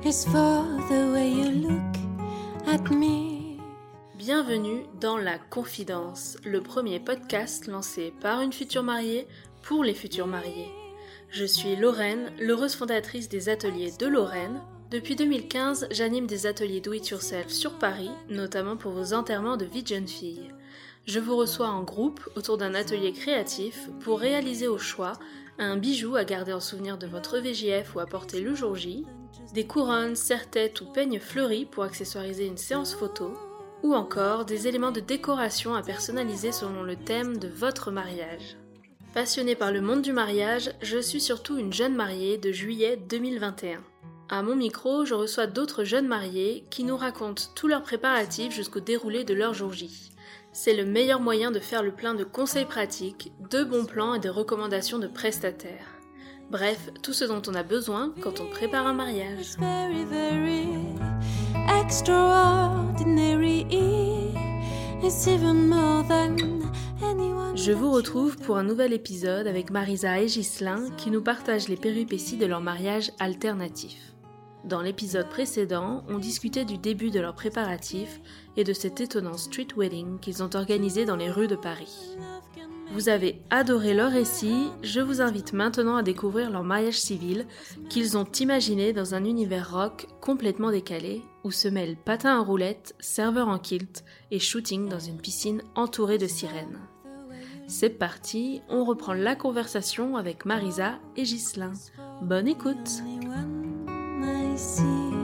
is for the way you look at me. Bienvenue dans La Confidence, le premier podcast lancé par une future mariée pour les futurs mariés. Je suis Lorraine, l'heureuse fondatrice des ateliers de Lorraine. Depuis 2015, j'anime des ateliers do-it-yourself sur Paris, notamment pour vos enterrements de vie de jeune fille. Je vous reçois en groupe autour d'un atelier créatif pour réaliser au choix un bijou à garder en souvenir de votre VJF ou à porter le jour J, des couronnes, serre-têtes ou peignes fleuris pour accessoiriser une séance photo, ou encore des éléments de décoration à personnaliser selon le thème de votre mariage. Passionnée par le monde du mariage, je suis surtout une jeune mariée de juillet 2021. À mon micro, je reçois d'autres jeunes mariés qui nous racontent tous leurs préparatifs jusqu'au déroulé de leur jour J. C'est le meilleur moyen de faire le plein de conseils pratiques, de bons plans et de recommandations de prestataires. Bref, tout ce dont on a besoin quand on prépare un mariage. It's very, very extraordinary. It's even more than anyone. Je vous retrouve pour un nouvel épisode avec Marisa et Ghislain qui nous partagent les péripéties de leur mariage alternatif. Dans l'épisode précédent, on discutait du début de leurs préparatifs et de cet étonnant street wedding qu'ils ont organisé dans les rues de Paris. Vous avez adoré leur récit, je vous invite maintenant à découvrir leur mariage civil qu'ils ont imaginé dans un univers rock complètement décalé où se mêlent patin à roulettes, serveur en kilt et shooting dans une piscine entourée de sirènes. C'est parti, on reprend la conversation avec Marisa et Ghislain. Bonne écoute! I see.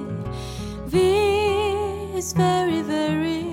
Is very, very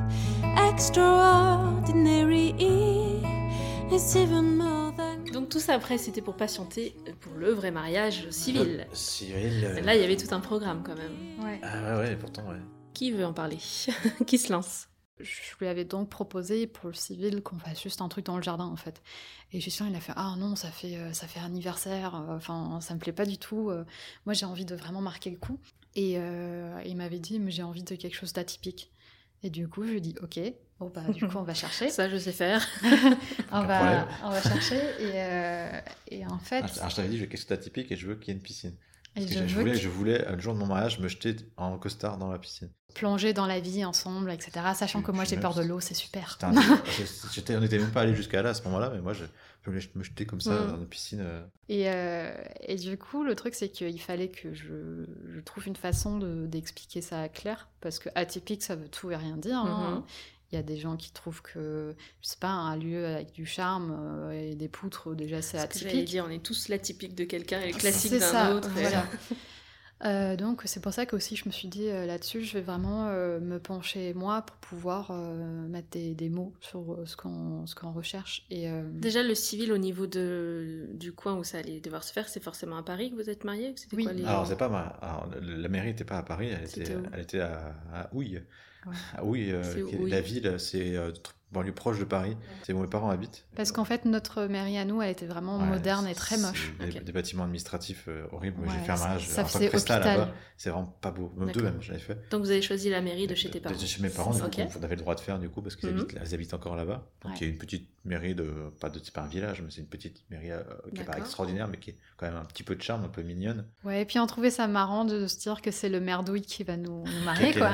extraordinary. It's even more than. Donc tout ça après c'était pour patienter pour le vrai mariage civil. Civil. Là il y avait tout un programme quand même. Ouais. Ah ouais, pourtant, ouais. Qui veut en parler? Qui se lance? Je lui avais donc proposé pour le civil qu'on fasse juste un truc dans le jardin en fait. Et Justin il a fait ah non ça fait anniversaire, enfin ça me plaît pas du tout. Moi j'ai envie de vraiment marquer le coup. Et il m'avait dit mais j'ai envie de quelque chose d'atypique. Et du coup je lui ai dit ok, bon bah du coup on va chercher. Ça je sais faire. on va chercher et en fait. Alors je t'avais dit je veux quelque chose d'atypique et je veux qu'il y ait une piscine. Et Je voulais, le jour de mon mariage, me jeter en costard dans la piscine. Plonger dans la vie ensemble, etc. Sachant que moi j'ai peur de l'eau, c'est super. On n'était même pas allé jusqu'à là à ce moment-là, mais moi je voulais me jeter comme ça dans une piscine. Et du coup, le truc c'est qu'il fallait que je trouve une façon d'expliquer ça à Claire, parce que atypique ça veut tout et rien dire. Hein. Il y a des gens qui trouvent que, je sais pas, un lieu avec du charme et des poutres, déjà c'est atypique. J'allais dire, on est tous l'atypique de quelqu'un et le classique c'est d'un ça, autre. Voilà. Donc c'est pour ça qu'aussi je me suis dit là-dessus, je vais vraiment me pencher moi pour pouvoir mettre des mots sur ce qu'on recherche. Et, Déjà le civil au niveau du coin où ça allait devoir se faire, c'est forcément à Paris que vous êtes mariés? C'était oui. Quoi, Alors c'est pas la mairie n'était pas à Paris, elle était à Houille. Ouais. Ah oui, la ville, c'est banlieue proche de Paris. C'est où mes parents habitent. Parce qu'en fait, notre mairie à nous, elle était vraiment moderne et très moche. Des bâtiments administratifs horribles. Moi, j'ai fait un mariage en tant que prestat là-bas. C'est vraiment pas beau. Même deux même, j'avais fait. Donc vous avez choisi la mairie de chez tes parents. De chez mes parents, du coup, on avait le droit de faire du coup parce qu'ils habitent encore là-bas. Donc il y a une petite mairie c'est pas un village, mais c'est une petite mairie qui n'est pas extraordinaire, mais qui est quand même un petit peu de charme, un peu mignonne. Ouais, et puis on trouvait ça marrant de se dire que c'est le merdouille qui va nous marier, quoi.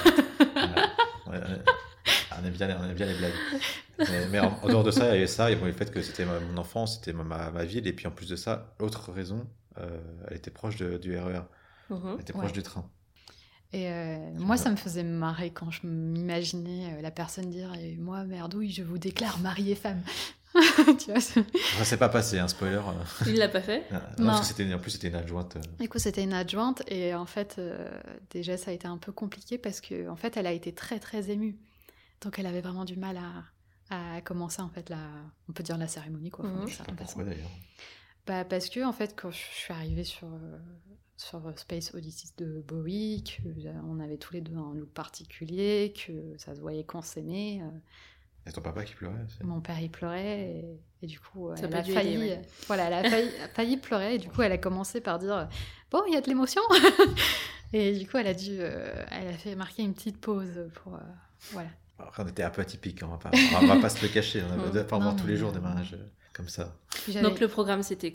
On aime bien les blagues. Mais en dehors de ça, il y avait ça, et bon, le fait que c'était mon enfance, c'était ma ville, et puis en plus de ça, l'autre raison, elle était proche du RER. Elle était proche du train. Et moi, ça me faisait marrer quand je m'imaginais la personne dire « Moi, merdouille, je vous déclare mari et femme ». Tu vois, c'est pas passé, un spoiler. Il l'a pas fait? Non. Parce que en plus c'était une adjointe. Du coup, c'était une adjointe, et en fait, déjà, ça a été un peu compliqué parce que, en fait, elle a été très très émue. Donc, elle avait vraiment du mal à commencer en fait on peut dire la cérémonie, quoi. Pourquoi d'ailleurs? Bah parce que en fait, quand je suis arrivée sur Space Odyssey de Bowie, qu'on avait tous les deux un look particulier, que ça se voyait qu'on s'aimait. Et ton papa qui pleurait aussi. Mon père il pleurait et du coup elle a failli pleurer, et du coup elle a commencé par dire bon, il y a de l'émotion. Et du coup elle a fait marquer une petite pause pour voilà. Après, on était un peu atypique, on va pas se le cacher, on va pas voir tous les jours des mariages comme ça. Donc le programme c'était quoi?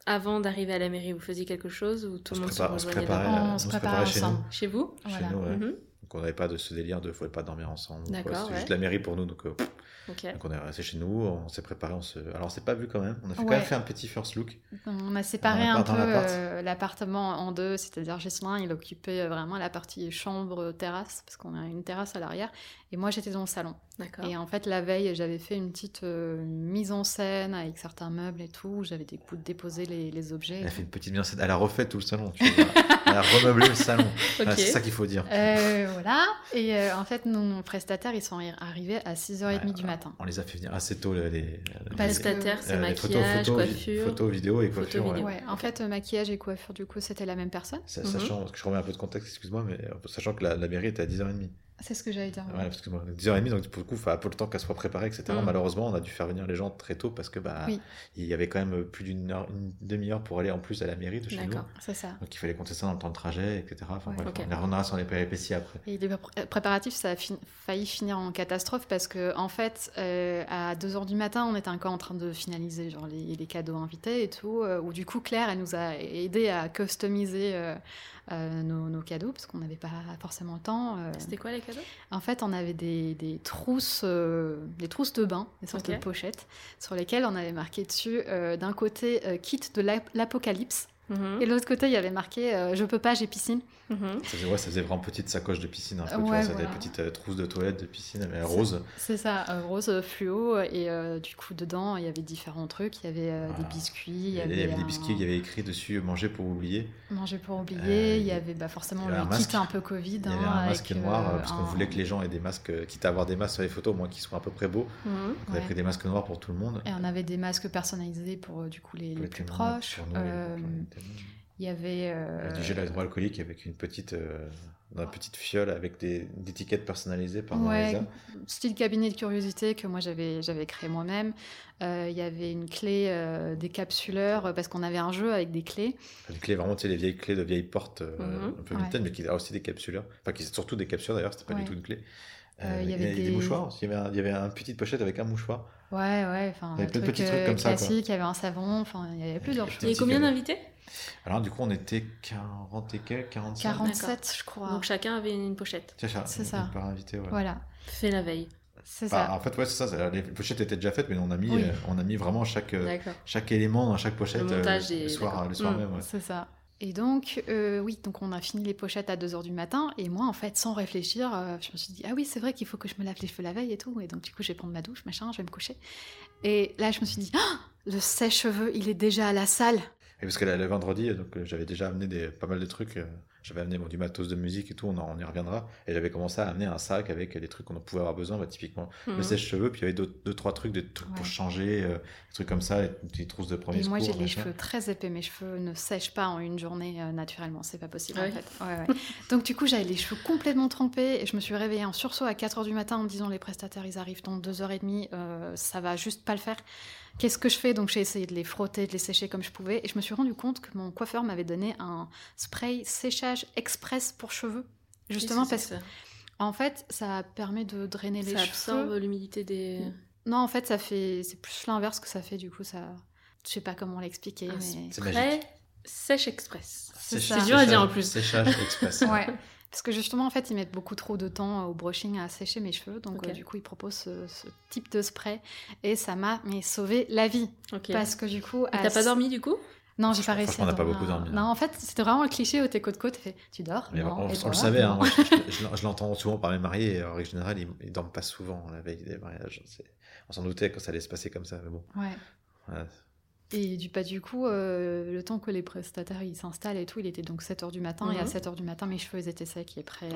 Avant d'arriver à la mairie, vous faisiez quelque chose ou tout le monde se rejoignait On se préparait chez ensemble. Chez vous? Chez nous, ouais. Donc on n'avait pas de ce délire de faut pas dormir ensemble. D'accord, C'était juste la mairie pour nous. Donc donc on est resté chez nous, on s'est préparé. Alors on s'est pas vu quand même. On a quand même fait un petit first look. On a séparé un peu l'appartement en deux. C'est-à-dire Ghislain, il occupait vraiment la partie chambre-terrasse parce qu'on a une terrasse à l'arrière. Et moi, j'étais dans le salon. D'accord. Et en fait, la veille, j'avais fait une petite mise en scène avec certains meubles et tout. J'avais déposé les objets. Elle a fait une petite mise en scène. Elle a refait tout le salon. Tu vois. Elle a remeublé le salon. C'est ça qu'il faut dire. Voilà. Et en fait, nos prestataires, ils sont arrivés à 6h30 du matin. On les a fait venir assez tôt. Les prestataires, c'est maquillage, coiffure. Photos, vidéos et coiffure. Ouais. En fait, maquillage et coiffure, du coup, c'était la même personne. Sachant, parce que je remets un peu de contexte, excuse-moi, mais sachant que la mairie était à 10h30. C'est ce que j'allais dire. Ouais, excuse-moi. 10h30, donc pour le coup, il faut un peu le temps qu'elle soit préparée, etc. Malheureusement, on a dû faire venir les gens très tôt parce que il y avait quand même plus d'une demi-heure pour aller en plus à la mairie de chez nous. D'accord, c'est ça. Donc il fallait compter ça dans le temps de trajet, etc. Enfin, bref, on reviendra sur les péripéties après. Et les préparatifs, ça a failli finir en catastrophe parce que en fait, à 2h du matin, on était encore en train de finaliser genre les cadeaux invités et tout. Où du coup, Claire, elle nous a aidé à customiser nos cadeaux parce qu'on n'avait pas forcément le temps. C'était quoi les cadeaux? En fait, on avait des trousses de bain, des sortes de pochettes, sur lesquelles on avait marqué dessus d'un côté kit de l'apocalypse. Et de l'autre côté, il y avait marqué je peux pas, j'ai piscine. Ça faisait vraiment petite sacoche de piscine. Un peu, tu vois, ça faisait des petites trousses de toilette de piscine, mais rose. C'est ça, rose fluo. Et du coup, dedans, il y avait différents trucs. Il y avait des biscuits. Il y avait des biscuits, il y avait écrit dessus manger pour oublier. Manger pour oublier. Il y avait forcément le kit un peu Covid. Il y avait un masque noir, parce qu'on voulait que les gens aient des masques, quitte à avoir des masques sur les photos, au moins qu'ils soient à peu près beaux. Donc on avait pris des masques noirs pour tout le monde. Et on avait des masques personnalisés pour du coup les plus proches. Il y avait du gel hydroalcoolique avec une petite fiole avec des étiquettes personnalisées par Marisa. Style cabinet de curiosité que moi j'avais créé moi-même. Il y avait une clé décapsuleur parce qu'on avait un jeu avec des clés. Des clés vraiment, tu sais, les vieilles clés de vieilles portes un peu vintage, mais qui a aussi des capsuleurs. Enfin, qui sont surtout des capsuleurs d'ailleurs, c'était pas du tout une clé. Il y avait des mouchoirs aussi. Il y avait une petite pochette avec un mouchoir. Enfin, il y avait plein de petits trucs comme ça. Classique, il y avait un savon, enfin, il y avait plusieurs choses. Il y avait combien d'invités? Alors, du coup, on était 40 et quelques, 45. 47, je crois. Donc, chacun avait une pochette. C'est ça. Par invité, Voilà. Fait la veille. C'est ça. En fait, c'est ça. Les pochettes étaient déjà faites, mais on a mis vraiment chaque élément dans chaque pochette le soir même. Ouais. C'est ça. Et donc, donc on a fini les pochettes à 2h du matin. Et moi, en fait, sans réfléchir, je me suis dit, ah oui, c'est vrai qu'il faut que je me lave les cheveux la veille et tout. Et donc, du coup, je vais prendre ma douche, machin, je vais me coucher. Et là, je me suis dit, le sèche-cheveux, il est déjà à la salle. Et parce que le vendredi, donc j'avais déjà amené pas mal de trucs. J'avais amené du matos de musique et tout, on y reviendra. Et j'avais commencé à amener un sac avec des trucs qu'on pouvait avoir besoin, typiquement le sèche-cheveux. Puis il y avait deux, trois trucs, des trucs pour changer, des trucs comme ça, des petites trousses de premier secours. Et moi, j'ai les cheveux très épais. Mes cheveux ne sèchent pas en une journée naturellement. C'est pas possible en fait. Ouais. Donc du coup, j'avais les cheveux complètement trempés. Et je me suis réveillée en sursaut à 4h du matin en me disant, les prestataires, ils arrivent dans 2h30. Ça va juste pas le faire. Qu'est-ce que je fais? Donc j'ai essayé de les frotter, de les sécher comme je pouvais. Et je me suis rendu compte que mon coiffeur m'avait donné un spray séchage express pour cheveux. Justement parce que, en fait, ça permet de drainer les cheveux. Ça absorbe l'humidité des... Non, en fait, c'est plus l'inverse que ça fait. Du coup, ça... Je sais pas comment l'expliquer. Mais... Spray sèche express. C'est dur à dire en plus. Séchage express. Ouais. Parce que justement, en fait, ils mettent beaucoup trop de temps au brushing à sécher mes cheveux. Donc, du coup, ils proposent ce type de spray. Et ça m'a sauvé la vie. Parce que du coup... T'as pas dormi, du coup? Non, j'ai pas réussi à dormir. On n'a pas beaucoup dormi. Non, en fait, c'était vraiment le cliché où t'es côte-côte. Tu dors? Mais non, on le savait. Hein, je l'entends souvent par les mariés. Et en règle générale, ils dorment pas souvent la veille des mariages. On s'en doutait que ça allait se passer comme ça. Mais bon. Ouais. Et du coup, le temps que les prestataires ils s'installent et tout, il était donc 7h du matin. Et à 7h du matin, mes cheveux ils étaient secs et prêts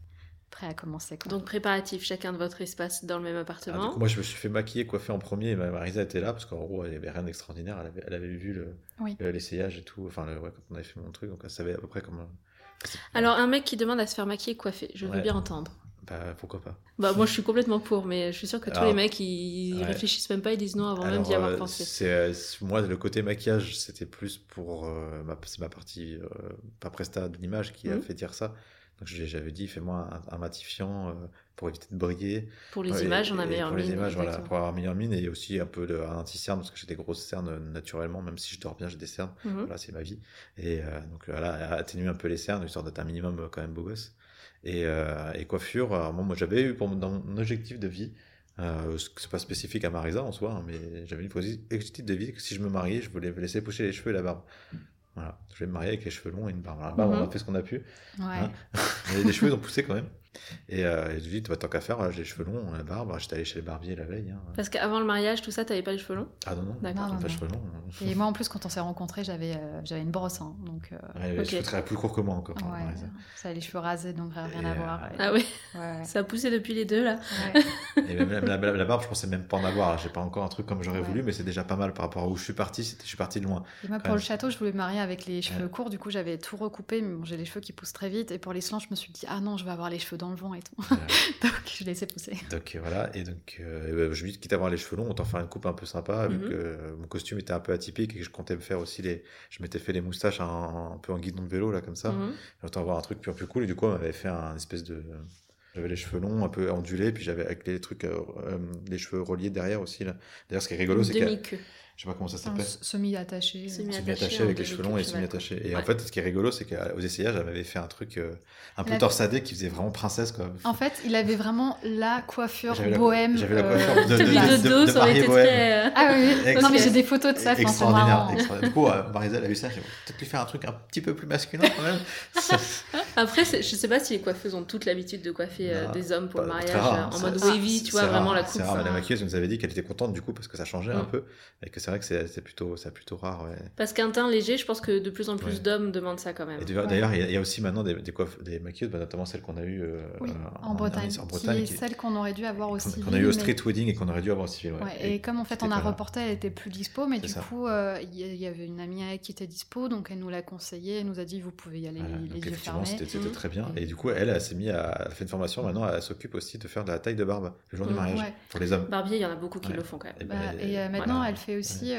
à commencer. Quoi. Donc préparatif, chacun de votre espace dans le même appartement. Du coup, moi, je me suis fait maquiller, coiffer en premier. Et Marisa était là parce qu'en gros, il n'y avait rien d'extraordinaire. Elle avait vu l'essayage et tout. Enfin, quand on avait fait mon truc, donc elle savait à peu près comment... Alors, un mec qui demande à se faire maquiller, coiffer, je veux bien entendre. Pourquoi pas? Moi je suis complètement pour, mais je suis sûre que tous les mecs ils réfléchissent même pas, ils disent non avant même d'y avoir pensé. Moi, le côté maquillage, c'était plus pour c'est ma partie pas presta de l'image qui a fait dire ça. Donc j'avais dit fais-moi un matifiant pour éviter de briller. Pour les images, on a meilleure mine. Pour les images, voilà, pour avoir meilleure mine, et aussi un peu un anti-cerne, parce que j'ai des grosses cernes naturellement, même si je dors bien, j'ai des cernes. Voilà, c'est ma vie. Et donc voilà, atténuer un peu les cernes, histoire d'être un minimum quand même beau gosse. Et coiffure, alors, moi j'avais eu dans mon objectif de vie, c'est pas spécifique à Marisa en soi, hein, mais j'avais une objectif de vie que si je me mariais, je voulais me laisser pousser les cheveux et la barbe. Voilà, je vais me marier avec les cheveux longs et une barbe. La barbe, on a fait ce qu'on a pu. Ouais. Hein. Mais les cheveux ils ont poussé quand même. Et je lui dis, tant qu'à faire, j'ai les cheveux longs, la barbe. J'étais allé chez le barbier la veille. Hein. Parce qu'avant le mariage, tout ça, t'avais pas les cheveux longs? Ah non, D'accord. pas les cheveux longs. Et moi, en plus, quand on s'est rencontrés, j'avais une brosse. Hein, donc, les cheveux très plus courts que moi encore. Ouais, ça a les cheveux rasés, donc rien à voir. Ah oui, ouais. Ça a poussé depuis les deux là. Ouais. Et même la barbe, je pensais même pas en avoir. J'ai pas encore un truc comme j'aurais voulu, mais c'est déjà pas mal par rapport à où je suis parti. Je suis parti de loin. Et moi, pour le château, je voulais me marier avec les cheveux courts. Du coup, j'avais tout recoupé. Mais bon, j'ai les cheveux qui poussent très vite. Et pour les slants, je me suis dit, ah non, je vais avoir les cheveux dans le vent et tout. Donc, je laissais pousser. Donc voilà. Et donc, je me dis, quitte à avoir les cheveux longs, autant faire une coupe un peu sympa, vu que mon costume était un peu atypique et que je comptais me faire aussi je m'étais fait les moustaches un peu en guidon de vélo, là, comme ça. Autant avoir un truc plus cool. Et du coup, on m'avait fait un espèce de. J'avais les cheveux longs, un peu ondulés, puis j'avais avec les trucs, les cheveux reliés derrière aussi. Là. D'ailleurs, ce qui est rigolo, c'est que. Je sais pas comment ça s'appelle. Semi-attaché. Semi-attaché avec les cheveux longs et semi-attachés. Et en fait, ce qui est rigolo, c'est qu'aux essayages, elle m'avait fait un truc un peu torsadé qui faisait vraiment princesse, quoi. En fait, il avait vraiment la coiffure bohème. J'avais la coiffure de dos, ça aurait été très. Ah oui, non, mais j'ai des photos de ça. Extraordinaire. Du coup, Marisa, elle a vu ça, j'ai peut-être lui faire un truc un petit peu plus masculin quand même. Après, je sais pas si les coiffeuses ont toute l'habitude de coiffer des hommes pour le mariage en mode wavy, tu vois, vraiment la coupe. C'est rare, la maquilleuse nous avait dit qu'elle était contente du coup parce que ça changeait un peu et que c'est vrai que c'est plutôt rare. Ouais. Parce qu'un teint léger, je pense que de plus en plus d'hommes demandent ça quand même. Et d'ailleurs, il y a aussi maintenant des maquilleuses, notamment celle qu'on a eue en Bretagne, qui est celle qu'on aurait dû avoir aussi. Qu'on a eu au street wedding et qu'on aurait dû avoir aussi. Et comme en fait on a reporté, elle était plus dispo, mais du coup il y avait une amie qui était dispo, donc elle nous l'a conseillé, elle nous a dit vous pouvez y aller les yeux fermés. C'était très bien. Et du coup elle s'est mise à fait une formation, maintenant elle s'occupe aussi de faire de la taille de barbe le jour du mariage pour les hommes. Barbier, il y en a beaucoup qui le font quand même. Et maintenant elle fait aussi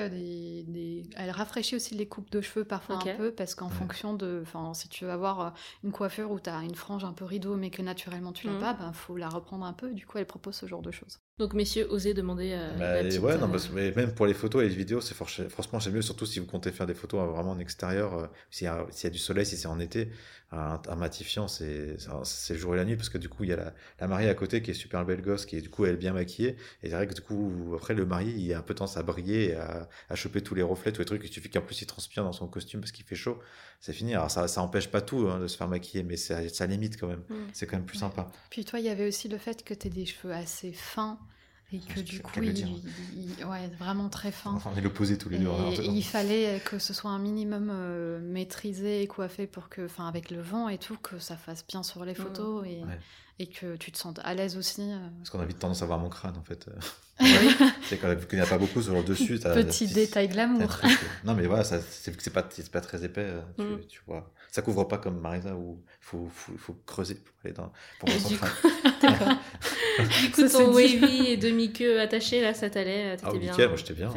elle rafraîchit aussi les coupes de cheveux parfois un peu, parce qu'en fonction de, si tu veux avoir une coiffure où tu as une frange un peu rideau mais que naturellement tu l'as pas, faut la reprendre un peu. Du coup elle propose ce genre de choses. Donc messieurs, osez demander parce que même pour les photos et les vidéos, franchement c'est mieux, surtout si vous comptez faire des photos vraiment en extérieur, s'il y a du soleil, si c'est en été, un matifiant c'est le jour et la nuit, parce que du coup il y a la mariée à côté qui est super belle gosse, qui est du coup elle est bien maquillée, et c'est vrai que du coup après le marié il a un peu tendance à briller et à choper tous les reflets, tous les trucs, il suffit qu'en plus il transpire dans son costume parce qu'il fait chaud, c'est fini. Alors ça empêche pas tout de se faire maquiller, mais ça limite quand même, c'est quand même plus sympa. Puis toi il y avait aussi le fait que tu aies des cheveux assez fins et que du coup vraiment très fin. Enfin, on est l'opposé tous les deux. Il fallait que ce soit un minimum maîtrisé et coiffé pour que, avec le vent et tout, que ça fasse bien sur les photos et que tu te sentes à l'aise aussi. Parce qu'on a vite tendance à voir mon crâne en fait. C'est quand vu qu'il n'y a pas beaucoup sur le dessus. Petit détail glamour. Non mais voilà, c'est pas très épais. Tu vois, ça couvre pas comme Marisa où il faut creuser pour aller pour voir son crâne. Du coup, ton wavy et demi-queue attaché, là, ça t'allait, t'étais bien. Nickel, moi j'étais bien.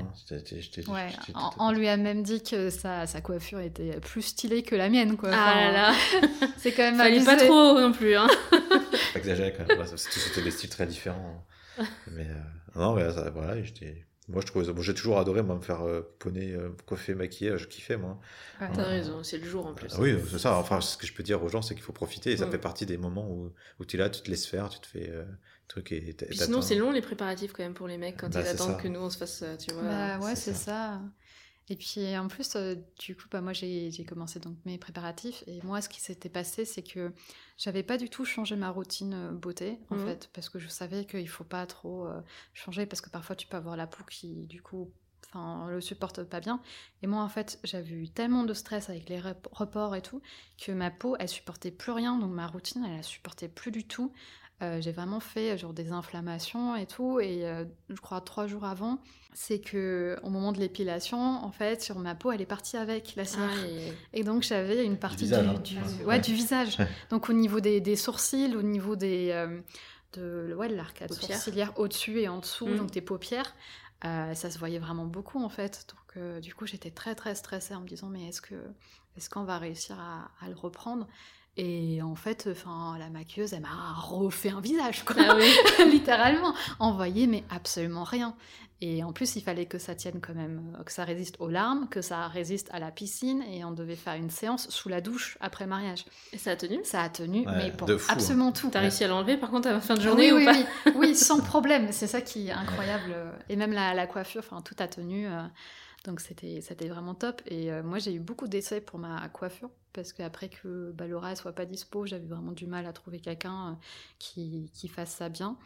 On lui a même dit que sa coiffure était plus stylée que la mienne, quoi. Ah là là. C'est quand même fallait pas trop non plus, hein. Pas exagéré quand même. C'était des styles très différents. Mais non, mais voilà, moi je trouvais ça. Bon, j'ai toujours adoré me faire poney, coiffer, maquiller, je kiffais moi. Ouais. T'as raison, c'est le jour en plus. Oui, c'est ça. Enfin, ce que je peux dire aux gens, c'est qu'il faut profiter, et ça fait partie des moments où tu es là, tu te laisses faire, tu te fais truc et puis sinon c'est long les préparatifs quand même pour les mecs quand ils attendent que nous on se fasse, tu vois. C'est ça. Et puis en plus, du coup, moi j'ai commencé donc mes préparatifs, et moi ce qui s'était passé, c'est que j'avais pas du tout changé ma routine beauté en fait, parce que je savais qu'il faut pas trop changer, parce que parfois tu peux avoir la peau qui du coup le supporte pas bien. Et moi en fait j'avais eu tellement de stress avec les reports et tout que ma peau elle supportait plus rien, donc ma routine elle supportait plus du tout. J'ai vraiment fait genre des inflammations et tout, et je crois 3 jours avant, c'est que au moment de l'épilation en fait sur ma peau elle est partie avec la cire, et donc j'avais une partie du visage, donc au niveau des sourcils, au niveau de l'arcade sourcilière au-dessus et en dessous, donc tes paupières, ça se voyait vraiment beaucoup en fait, donc du coup j'étais très très stressée en me disant mais est-ce qu'on va réussir à le reprendre. Et en fait, la maquilleuse, elle m'a refait un visage, quoi. Ah oui. Littéralement. On voyait, mais absolument rien. Et en plus, il fallait que ça tienne quand même, que ça résiste aux larmes, que ça résiste à la piscine. Et on devait faire une séance sous la douche après mariage. Et ça a tenu ? Ça a tenu, Ouais, mais pour de fou, absolument tout. T'as réussi à l'enlever par contre à la fin de journée oui, ou pas ? oui, sans problème. C'est ça qui est incroyable. Et même la coiffure, tout a tenu. Donc c'était vraiment top. Et moi, j'ai eu beaucoup d'essais pour ma coiffure. Parce qu'après que Laura ne soit pas dispo, j'avais vraiment du mal à trouver quelqu'un qui fasse ça bien.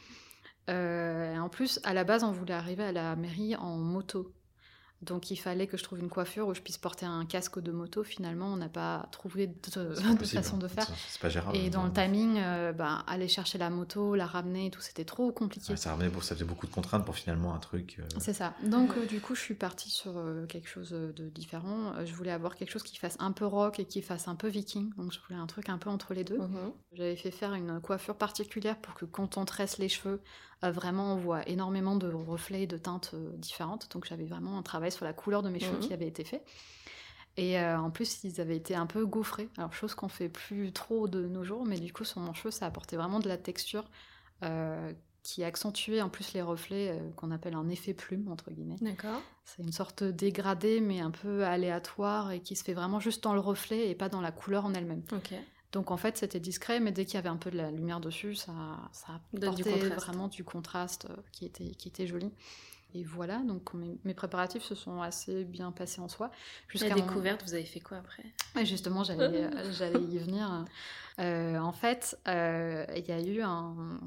En plus, à la base, on voulait arriver à la mairie en moto. Donc il fallait que je trouve une coiffure où je puisse porter un casque de moto. Finalement, on n'a pas trouvé de façon de faire. C'est pas gérable. Et dans le timing, aller chercher la moto, la ramener et tout, c'était trop compliqué. Ouais, ça faisait beaucoup de contraintes pour finalement un truc. C'est ça. Donc du coup, je suis partie sur quelque chose de différent. Je voulais avoir quelque chose qui fasse un peu rock et qui fasse un peu viking. Donc je voulais un truc un peu entre les deux. J'avais fait faire une coiffure particulière pour que quand on tresse les cheveux, vraiment on voit énormément de reflets, de teintes différentes. Donc j'avais vraiment un travail sur la couleur de mes cheveux qui avait été fait. Et en plus, ils avaient été un peu gaufrés. Alors, chose qu'on fait plus trop de nos jours, mais du coup, sur mon cheveu, ça apportait vraiment de la texture qui accentuait en plus les reflets qu'on appelle un effet plume, entre guillemets. D'accord. C'est une sorte de dégradé, mais un peu aléatoire et qui se fait vraiment juste dans le reflet et pas dans la couleur en elle-même. Ok. Donc en fait, c'était discret, mais dès qu'il y avait un peu de la lumière dessus, ça apportait vraiment du contraste qui était joli. Et voilà, donc mes préparatifs se sont assez bien passés en soi. La découverte, vous avez fait quoi après ? Et justement, j'allais y venir. En fait, il y a eu un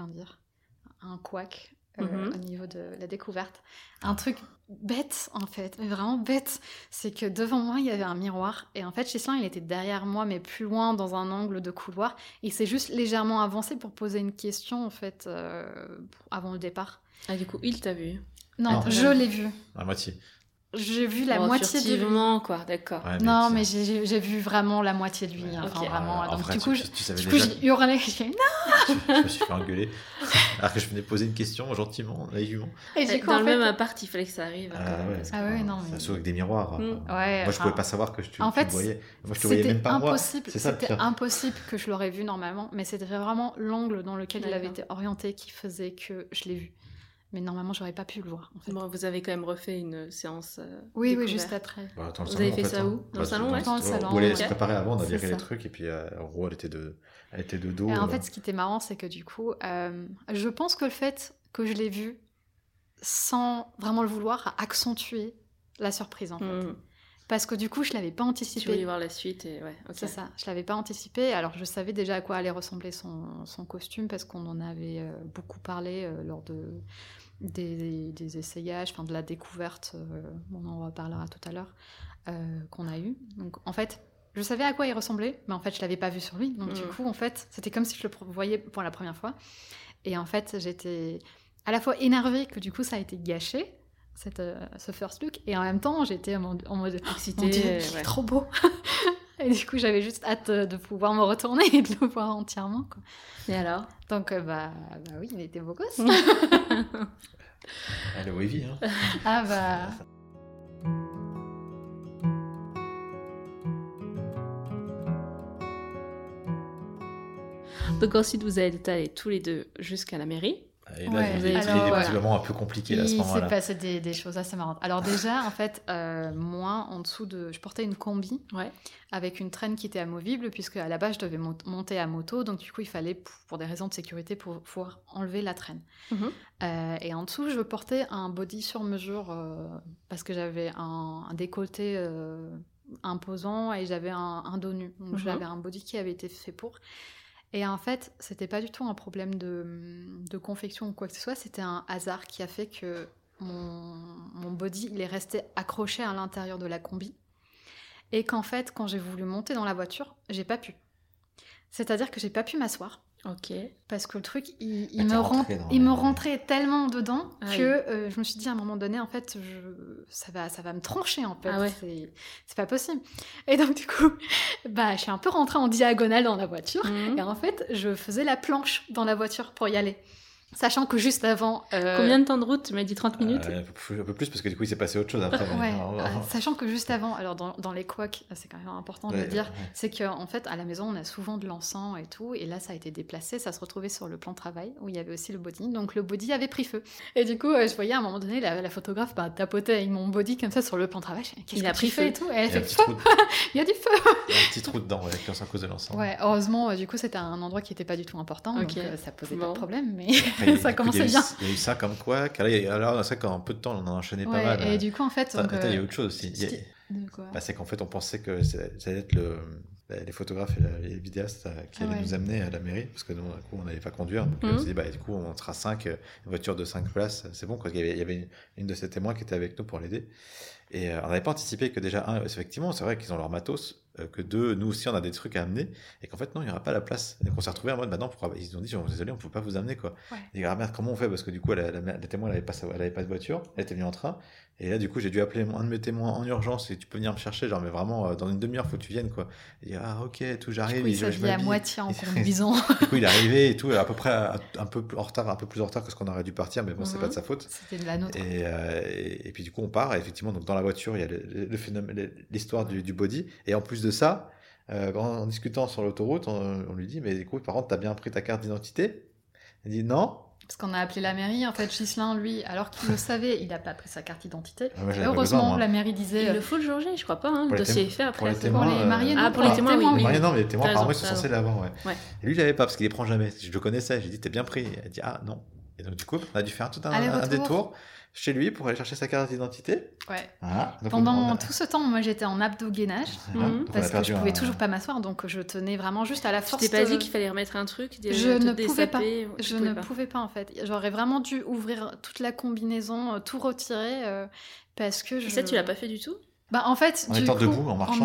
couac au niveau de la découverte. Un truc bête, en fait, mais vraiment bête. C'est que devant moi, il y avait un miroir. Et en fait, Ghislain, il était derrière moi, mais plus loin, dans un angle de couloir. Il s'est juste légèrement avancé pour poser une question, en fait, avant le départ. Ah, du coup, il t'a vu ? Non, je l'ai vu. À moitié. J'ai vu la moitié de lui. Quoi, d'accord. Ouais, mais j'ai vu vraiment la moitié de lui. Ouais, enfin, vraiment. Donc, vrai, du coup, j'ai hurlé. Je me suis fait engueuler. Alors que je venais poser une question gentiment, naïvement. Et dans le même appart, il fallait que ça arrive. Non. Ça se avec des miroirs. Ouais, moi, je pouvais pas savoir que tu en fait, me voyais. Moi, je te voyais même pas moi. C'était impossible que je l'aurais vu normalement, mais c'était vraiment l'angle dans lequel il avait été orienté qui faisait que je l'ai vu. Mais normalement, j'aurais pas pu le voir. En fait. Bon, vous avez quand même refait une séance. Oui, juste après. Vous avez fait ça où ? Dans le salon, Dans le salon. Où elle se préparait avant, on a viré les trucs, et puis en gros, elle était de dos. Et en fait, ce qui était marrant, c'est que du coup, je pense que le fait que je l'ai vu sans vraiment le vouloir a accentué la surprise, en fait. Parce que du coup, je l'avais pas anticipé. Tu voulais voir la suite et ouais. Okay. C'est ça, je l'avais pas anticipé. Alors, je savais déjà à quoi allait ressembler son costume parce qu'on en avait beaucoup parlé lors des essayages, de la découverte, on en reparlera tout à l'heure, qu'on a eu. Donc, en fait, je savais à quoi il ressemblait, mais en fait, je l'avais pas vu sur lui. Donc, du coup, en fait, c'était comme si je le voyais pour la première fois. Et en fait, j'étais à la fois énervée que du coup, ça a été gâché. Ce first look, et en même temps j'étais en mode excitée, trop beau. Et du coup j'avais juste hâte de pouvoir me retourner et de le voir entièrement, quoi. Et alors donc oui, il était beau gosse. Elle est wavy, hein. Ah bah donc ensuite vous êtes allés tous les deux jusqu'à la mairie. Et là, il y a des petits moments un peu compliqués à ce moment-là. Il s'est passé des choses assez marrantes. Alors déjà, en fait, moi, en dessous je portais une combi avec une traîne qui était amovible, puisque à la base, je devais monter à moto, donc du coup, il fallait, pour des raisons de sécurité, pour pouvoir enlever la traîne. Et en dessous, je portais un body sur mesure, parce que j'avais un décolleté imposant et j'avais un dos nu. Donc j'avais un body qui avait été fait pour... Et en fait, c'était pas du tout un problème de confection ou quoi que ce soit, c'était un hasard qui a fait que mon body, il est resté accroché à l'intérieur de la combi. Et qu'en fait, quand j'ai voulu monter dans la voiture, j'ai pas pu. C'est-à-dire que j'ai pas pu m'asseoir. Ok. Parce que le truc, il me rentrait tellement dedans que je me suis dit à un moment donné, en fait, ça va me trancher, en fait. Ah ouais. C'est pas possible. Et donc, du coup, je suis un peu rentrée en diagonale dans la voiture. Et en fait, je faisais la planche dans la voiture pour y aller. Sachant que juste avant... Combien de temps de route? Tu m'as dit 30 minutes? Un peu plus, parce que du coup, il s'est passé autre chose après. Sachant que juste avant, alors dans les couacs, c'est quand même important de le dire, c'est qu'en fait, à la maison, on a souvent de l'encens et tout, et là, ça a été déplacé, ça se retrouvait sur le plan de travail, où il y avait aussi le body, donc le body avait pris feu. Et du coup, je voyais à un moment donné, la photographe tapotait avec mon body comme ça sur le plan de travail, il a pris feu et tout, et elle fait il y a du feu. Il y a un petit trou dedans, à cause de l'encens. Ouais, heureusement, du coup, c'était un endroit qui n'était pas du tout important, donc ça posait pas de problème, mais ça commençait bien. Il y a eu ça comme quoi, alors c'est qu'en peu de temps on en enchaînait pas mal. Et du coup en fait... Donc, il y a eu autre chose aussi. C'est qu'en fait on pensait que ça allait être les photographes et les vidéastes qui allaient nous amener à la mairie, parce que nous, du coup, on n'allait pas conduire. Donc on s'est dit, du coup, on sera 5, une voiture de 5 places, c'est bon, parce qu'il y avait une de ces témoins qui était avec nous pour l'aider. Et on n'avait pas anticipé que déjà, effectivement, c'est vrai qu'ils ont leur matos, que 2, nous aussi, on a des trucs à amener, et qu'en fait, non, il n'y aura pas la place. Et qu'on s'est retrouvés en mode, ils ont dit, désolé, on ne peut pas vous amener, quoi. Et merde, comment on fait? Parce que du coup, la témoin, elle n'avait pas de voiture, elle était venue en train. Et là, du coup, j'ai dû appeler un de mes témoins en urgence, et tu peux venir me chercher, genre, mais vraiment, dans une demi-heure, faut que tu viennes, quoi. Et il dit, ok, tout, j'arrive. Il s'habille à moitié en conduisant. Du coup, il est arrivé et tout, à peu près un peu plus en retard que ce qu'on aurait dû partir, mais bon, c'est pas de sa faute. C'était de la nôtre. Et puis, du coup, on part, et effectivement, donc, dans la voiture, il y a le phénomène, l'histoire du body, et en plus de ça, en discutant sur l'autoroute, on lui dit, mais écoute, par contre, t'as bien pris ta carte d'identité? Il dit non. Parce qu'on a appelé la mairie, en fait, Ghislain, lui, alors qu'il le savait, il n'a pas pris sa carte d'identité. Heureusement, la mairie disait... Il le faut le jour J, je crois pas, le dossier est fait après. Pour les témoins, pour les mariés, non. Pour les témoins, oui. Non, mais les témoins, apparemment, ils sont censés l'avoir, ouais. Et lui, il l'avait pas, parce qu'il les prend jamais. Je le connaissais, j'ai dit, t'es bien pris. Il a dit, non. Et donc, du coup, on a dû faire tout un détour chez lui pour aller chercher sa carte d'identité. Ouais. Voilà. Donc pendant tout ce temps, moi, j'étais en abdo-gainage, parce que je pouvais toujours pas m'asseoir, donc je tenais vraiment juste à la force. Tu t'es pas dit qu'il fallait remettre un truc? Je ne pouvais pas. Je ne pouvais pas, en fait. J'aurais vraiment dû ouvrir toute la combinaison, tout retirer, parce que Et ça, tu l'as pas fait du tout? En fait, en étant debout, en marchant,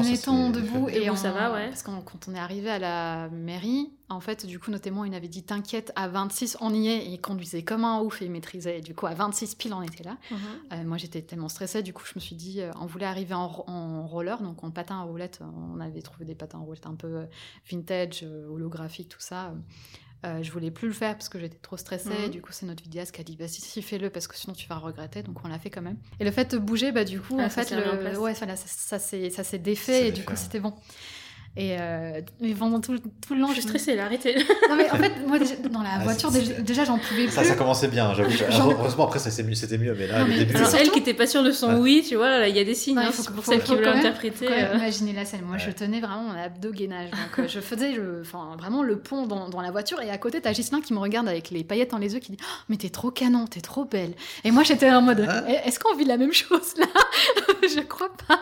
ça va, ouais. Parce que quand on est arrivé à la mairie, en fait, du coup, nos témoins, ils avaient dit t'inquiète, à 26, on y est. Et ils conduisaient comme un ouf et ils maîtrisaient. Et du coup, à 26 pile, on était là. Moi, j'étais tellement stressée. Du coup, je me suis dit, on voulait arriver en roller, donc en patin à roulettes. On avait trouvé des patins à roulettes un peu vintage, holographiques, tout ça. Je voulais plus le faire parce que j'étais trop stressée. Du coup, c'est notre vidéaste qui a dit si fais-le parce que sinon tu vas regretter. Donc on l'a fait quand même. Et le fait de bouger, du coup, en fait, ça s'est défait et du coup, c'était bon. Et pendant tout le long, je suis stressée, là, arrêtez. Non, mais en fait, moi, dans la voiture, déjà, j'en pouvais plus. Ça commençait bien, j'avoue. Heureusement, après, c'était mieux, mais là, le début... Alors, elle qui était pas sûre de son oui, tu vois, là, il y a des signes, c'est pour celle qui veut l'interpréter. Imaginer la scène. Moi, je tenais vraiment mon abdo-gainage. Donc, je faisais vraiment le pont dans la voiture, et à côté, t'as Ghislain qui me regarde avec les paillettes dans les yeux, qui dit « Mais t'es trop canon, t'es trop belle !» Et moi, j'étais en mode « Est-ce qu'on vit la même chose, là ?» Je crois pas.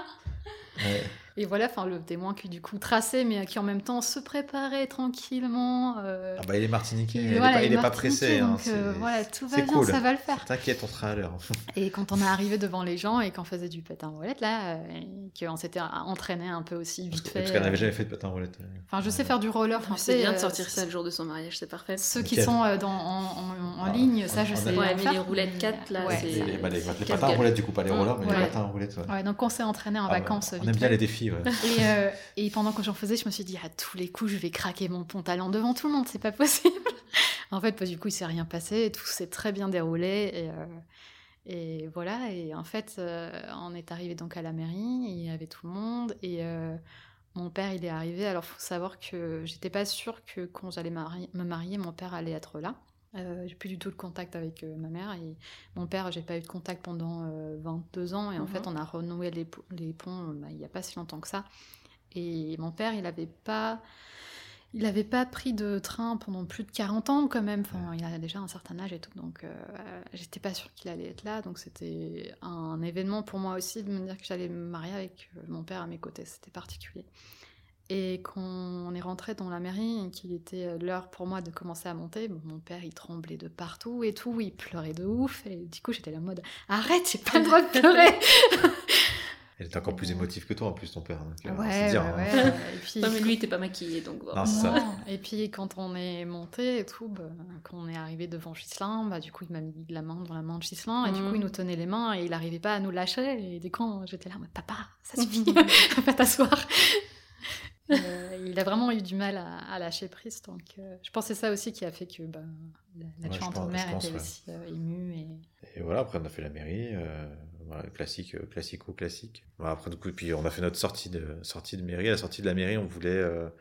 Et voilà, le témoin qui du coup traçait, mais qui en même temps se préparait tranquillement. Il est martiniquais, il est pas pressé. Donc voilà, tout va bien, cool. Ça va le faire. T'inquiète, on sera à l'heure. Et quand on est arrivé devant les gens et qu'on faisait du patin roulette, là, qu'on s'était entraîné un peu aussi vite fait. Parce qu'elle n'avait jamais fait de patin roulette. Je sais faire du roller. C'est bien de sortir ça le jour de son mariage, c'est parfait. Ceux qui sont en ligne, ça je sais. Ouais, mais les roulettes 4, là, c'est. Les patins roulettes, du coup, pas les rollers, mais les patins roulettes. Ouais, donc on s'est entraîné en vacances. On aime bien les défis. Et pendant que j'en faisais, je me suis dit, à tous les coups, je vais craquer mon pantalon devant tout le monde, c'est pas possible. En fait, du coup, il s'est rien passé, tout s'est très bien déroulé. Et voilà, et en fait, on est arrivé donc à la mairie, il y avait tout le monde, et mon père, il est arrivé. Alors, il faut savoir que j'étais pas sûre que quand j'allais me marier, mon père allait être là. J'ai plus du tout de contact avec ma mère, et mon père, j'ai pas eu de contact pendant 22 ans, et en fait on a renoué les ponts il y a pas si longtemps que ça. Et mon père, il avait pas pris de train pendant plus de 40 ans quand même, il a déjà un certain âge et tout, donc j'étais pas sûre qu'il allait être là, donc c'était un événement pour moi aussi de me dire que j'allais me marier avec mon père à mes côtés, c'était particulier. Et quand on est rentré dans la mairie et qu'il était l'heure pour moi de commencer à monter, mon père il tremblait de partout et tout, il pleurait de ouf, et du coup j'étais là en mode arrête, j'ai pas le droit de pleurer. Elle était encore plus émotive que toi en plus, ton père. Donc, ouais. Et puis, non, mais lui il était pas maquillé, donc voilà. Non, ça. Et puis quand on est monté et tout, quand on est arrivé devant Ghislain, du coup il m'a mis la main dans la main de Ghislain, et du coup il nous tenait les mains et il arrivait pas à nous lâcher, et du coup j'étais là en mode papa, ça suffit, va pas t'asseoir. Il a vraiment eu du mal à lâcher prise. Donc, je pense que c'est ça aussi qui a fait que la tuante mère était aussi émue. Et voilà, après on a fait la mairie, voilà, classique. Voilà, après, du coup, puis on a fait notre sortie de mairie. À la sortie de la mairie, on voulait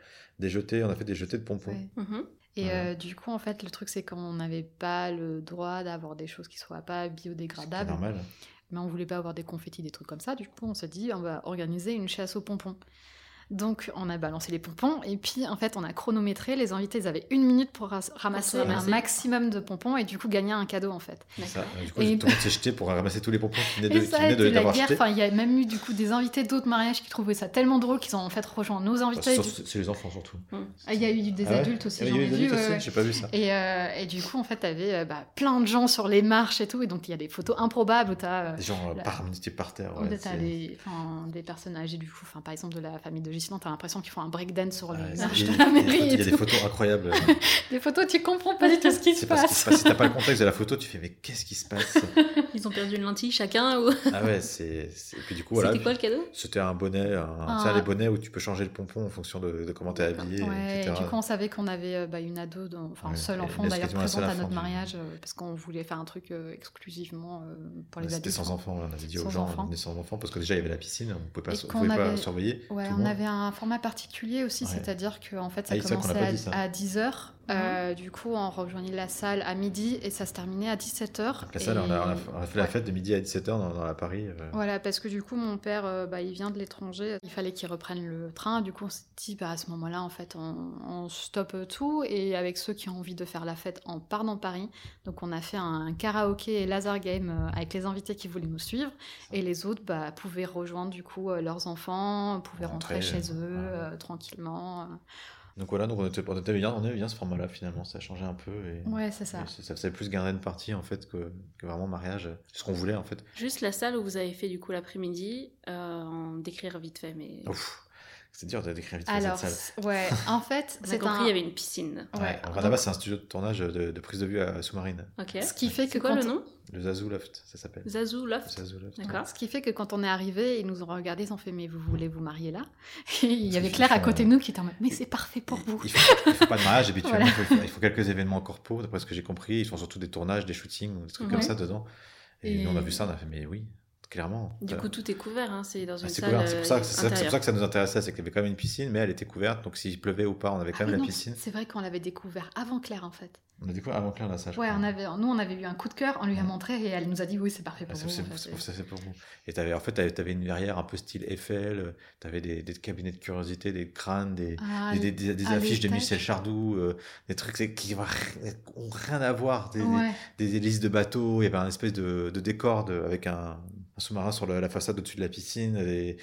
on a fait des jetés de pompons. Ouais. Mm-hmm. Et du coup, en fait, le truc, c'est qu'on n'avait pas le droit d'avoir des choses qui soient pas biodégradables. C'est normal. Mais on voulait pas avoir des confettis, des trucs comme ça. Du coup, on s'est dit, on va organiser une chasse aux pompons. Donc, on a balancé les pompons et puis, en fait, on a chronométré. Les invités, ils avaient 1 minute pour ramasser un maximum de pompons et du coup, gagner un cadeau, en fait. Ça, du coup, tout le monde s'est jeté pour ramasser tous les pompons qui venaient de les avoir jetés. Il y a même eu, du coup, des invités d'autres mariages qui trouvaient ça tellement drôle qu'ils ont, en fait, rejoint nos invités. C'est les enfants, surtout. Il y a eu des adultes aussi, j'en ai vu. J'ai pas vu ça. Et du coup, en fait, t'avais plein de gens sur les marches et tout. Et donc, il y a des photos improbables où t'as... des gens par terre. T'as des personnes âgées, du coup. Par exemple, de la famille de Ghislain, t'as l'impression qu'ils font un breakdance sur les marches de la mairie. Il y a des photos incroyables. Des photos, tu comprends pas du tout ce qui se passe. Si t'as pas le contexte de la photo, tu fais mais qu'est-ce qui se passe? Ils ont perdu une lentille chacun ou... Ah ouais, et puis du coup, C'était quoi le cadeau? C'était un bonnet, les bonnets où tu peux changer le pompon en fonction de comment t'es habillé, etc. Et du coup, on savait qu'on avait une ado, un seul enfant d'ailleurs présente à notre mariage, parce qu'on voulait faire un truc exclusivement pour les adultes. C'était sans enfants, on avait dit aux gens, on venait sans enfants, parce que déjà il y avait la piscine, on pouvait pas surveiller. Ouais, on avait un format particulier aussi, c'est-à-dire que en fait, ça commençait à 10h. Du coup, on rejoignait la salle à midi et ça se terminait à 17h. La salle, on a fait la fête de midi à 17h dans la Paris. Voilà, parce que du coup, mon père, il vient de l'étranger. Il fallait qu'il reprenne le train. Du coup, on s'est dit, à ce moment-là, en fait, on stoppe tout. Et avec ceux qui ont envie de faire la fête, on part dans Paris. Donc, on a fait un karaoké et laser game avec les invités qui voulaient nous suivre. Et les autres pouvaient rejoindre, du coup, leurs enfants, pouvaient rentrer chez eux tranquillement. Donc voilà, on aimait bien ce format-là finalement, ça a changé un peu. Ouais, c'est ça. Ça faisait plus garden party en fait que vraiment mariage. C'est ce qu'on voulait en fait. Juste la salle où vous avez fait du coup l'après-midi, en décrire vite fait, mais... Ouf. C'est dur de décrire vite fait cette salle. Ouais, en fait, on a compris, il y avait une piscine. Ouais. Là-bas, c'est un studio de tournage de prise de vue sous-marine. Ok. Ce qui fait que c'est quoi le nom? Le Zazou Loft, ça s'appelle. Zazou Loft. D'accord. Ce qui fait que quand on est arrivé, ils nous ont regardés, ils ont fait mais vous voulez vous marier là? Et il y avait Claire à côté de nous qui était en mode mais c'est parfait pour vous. Il faut pas de mariage habituellement, il faut quelques événements corpo, d'après ce que j'ai compris. Ils font surtout des tournages, des shootings, des trucs comme ça dedans. Et nous, on a vu ça, on a fait mais oui. Clairement. Du coup, tout est couvert, hein, c'est dans une salle. C'est pour ça que ça nous intéressait, c'est qu'il y avait quand même une piscine, mais elle était couverte, donc s'il pleuvait ou pas, on avait quand même la piscine. C'est vrai qu'on l'avait découvert avant Claire, en fait. On a découvert avant Claire la salle. Ouais, on avait eu un coup de cœur, on lui a montré et elle nous a dit oui, c'est parfait pour vous. C'est pour vous. Et t'avais une verrière un peu style Eiffel, t'avais des cabinets de curiosité, des crânes, des affiches de Michel Chardou, des trucs qui n'ont rien à voir, des hélices de bateaux, il y avait un espèce de décor avec un sous-marin sur la façade au-dessus de la piscine,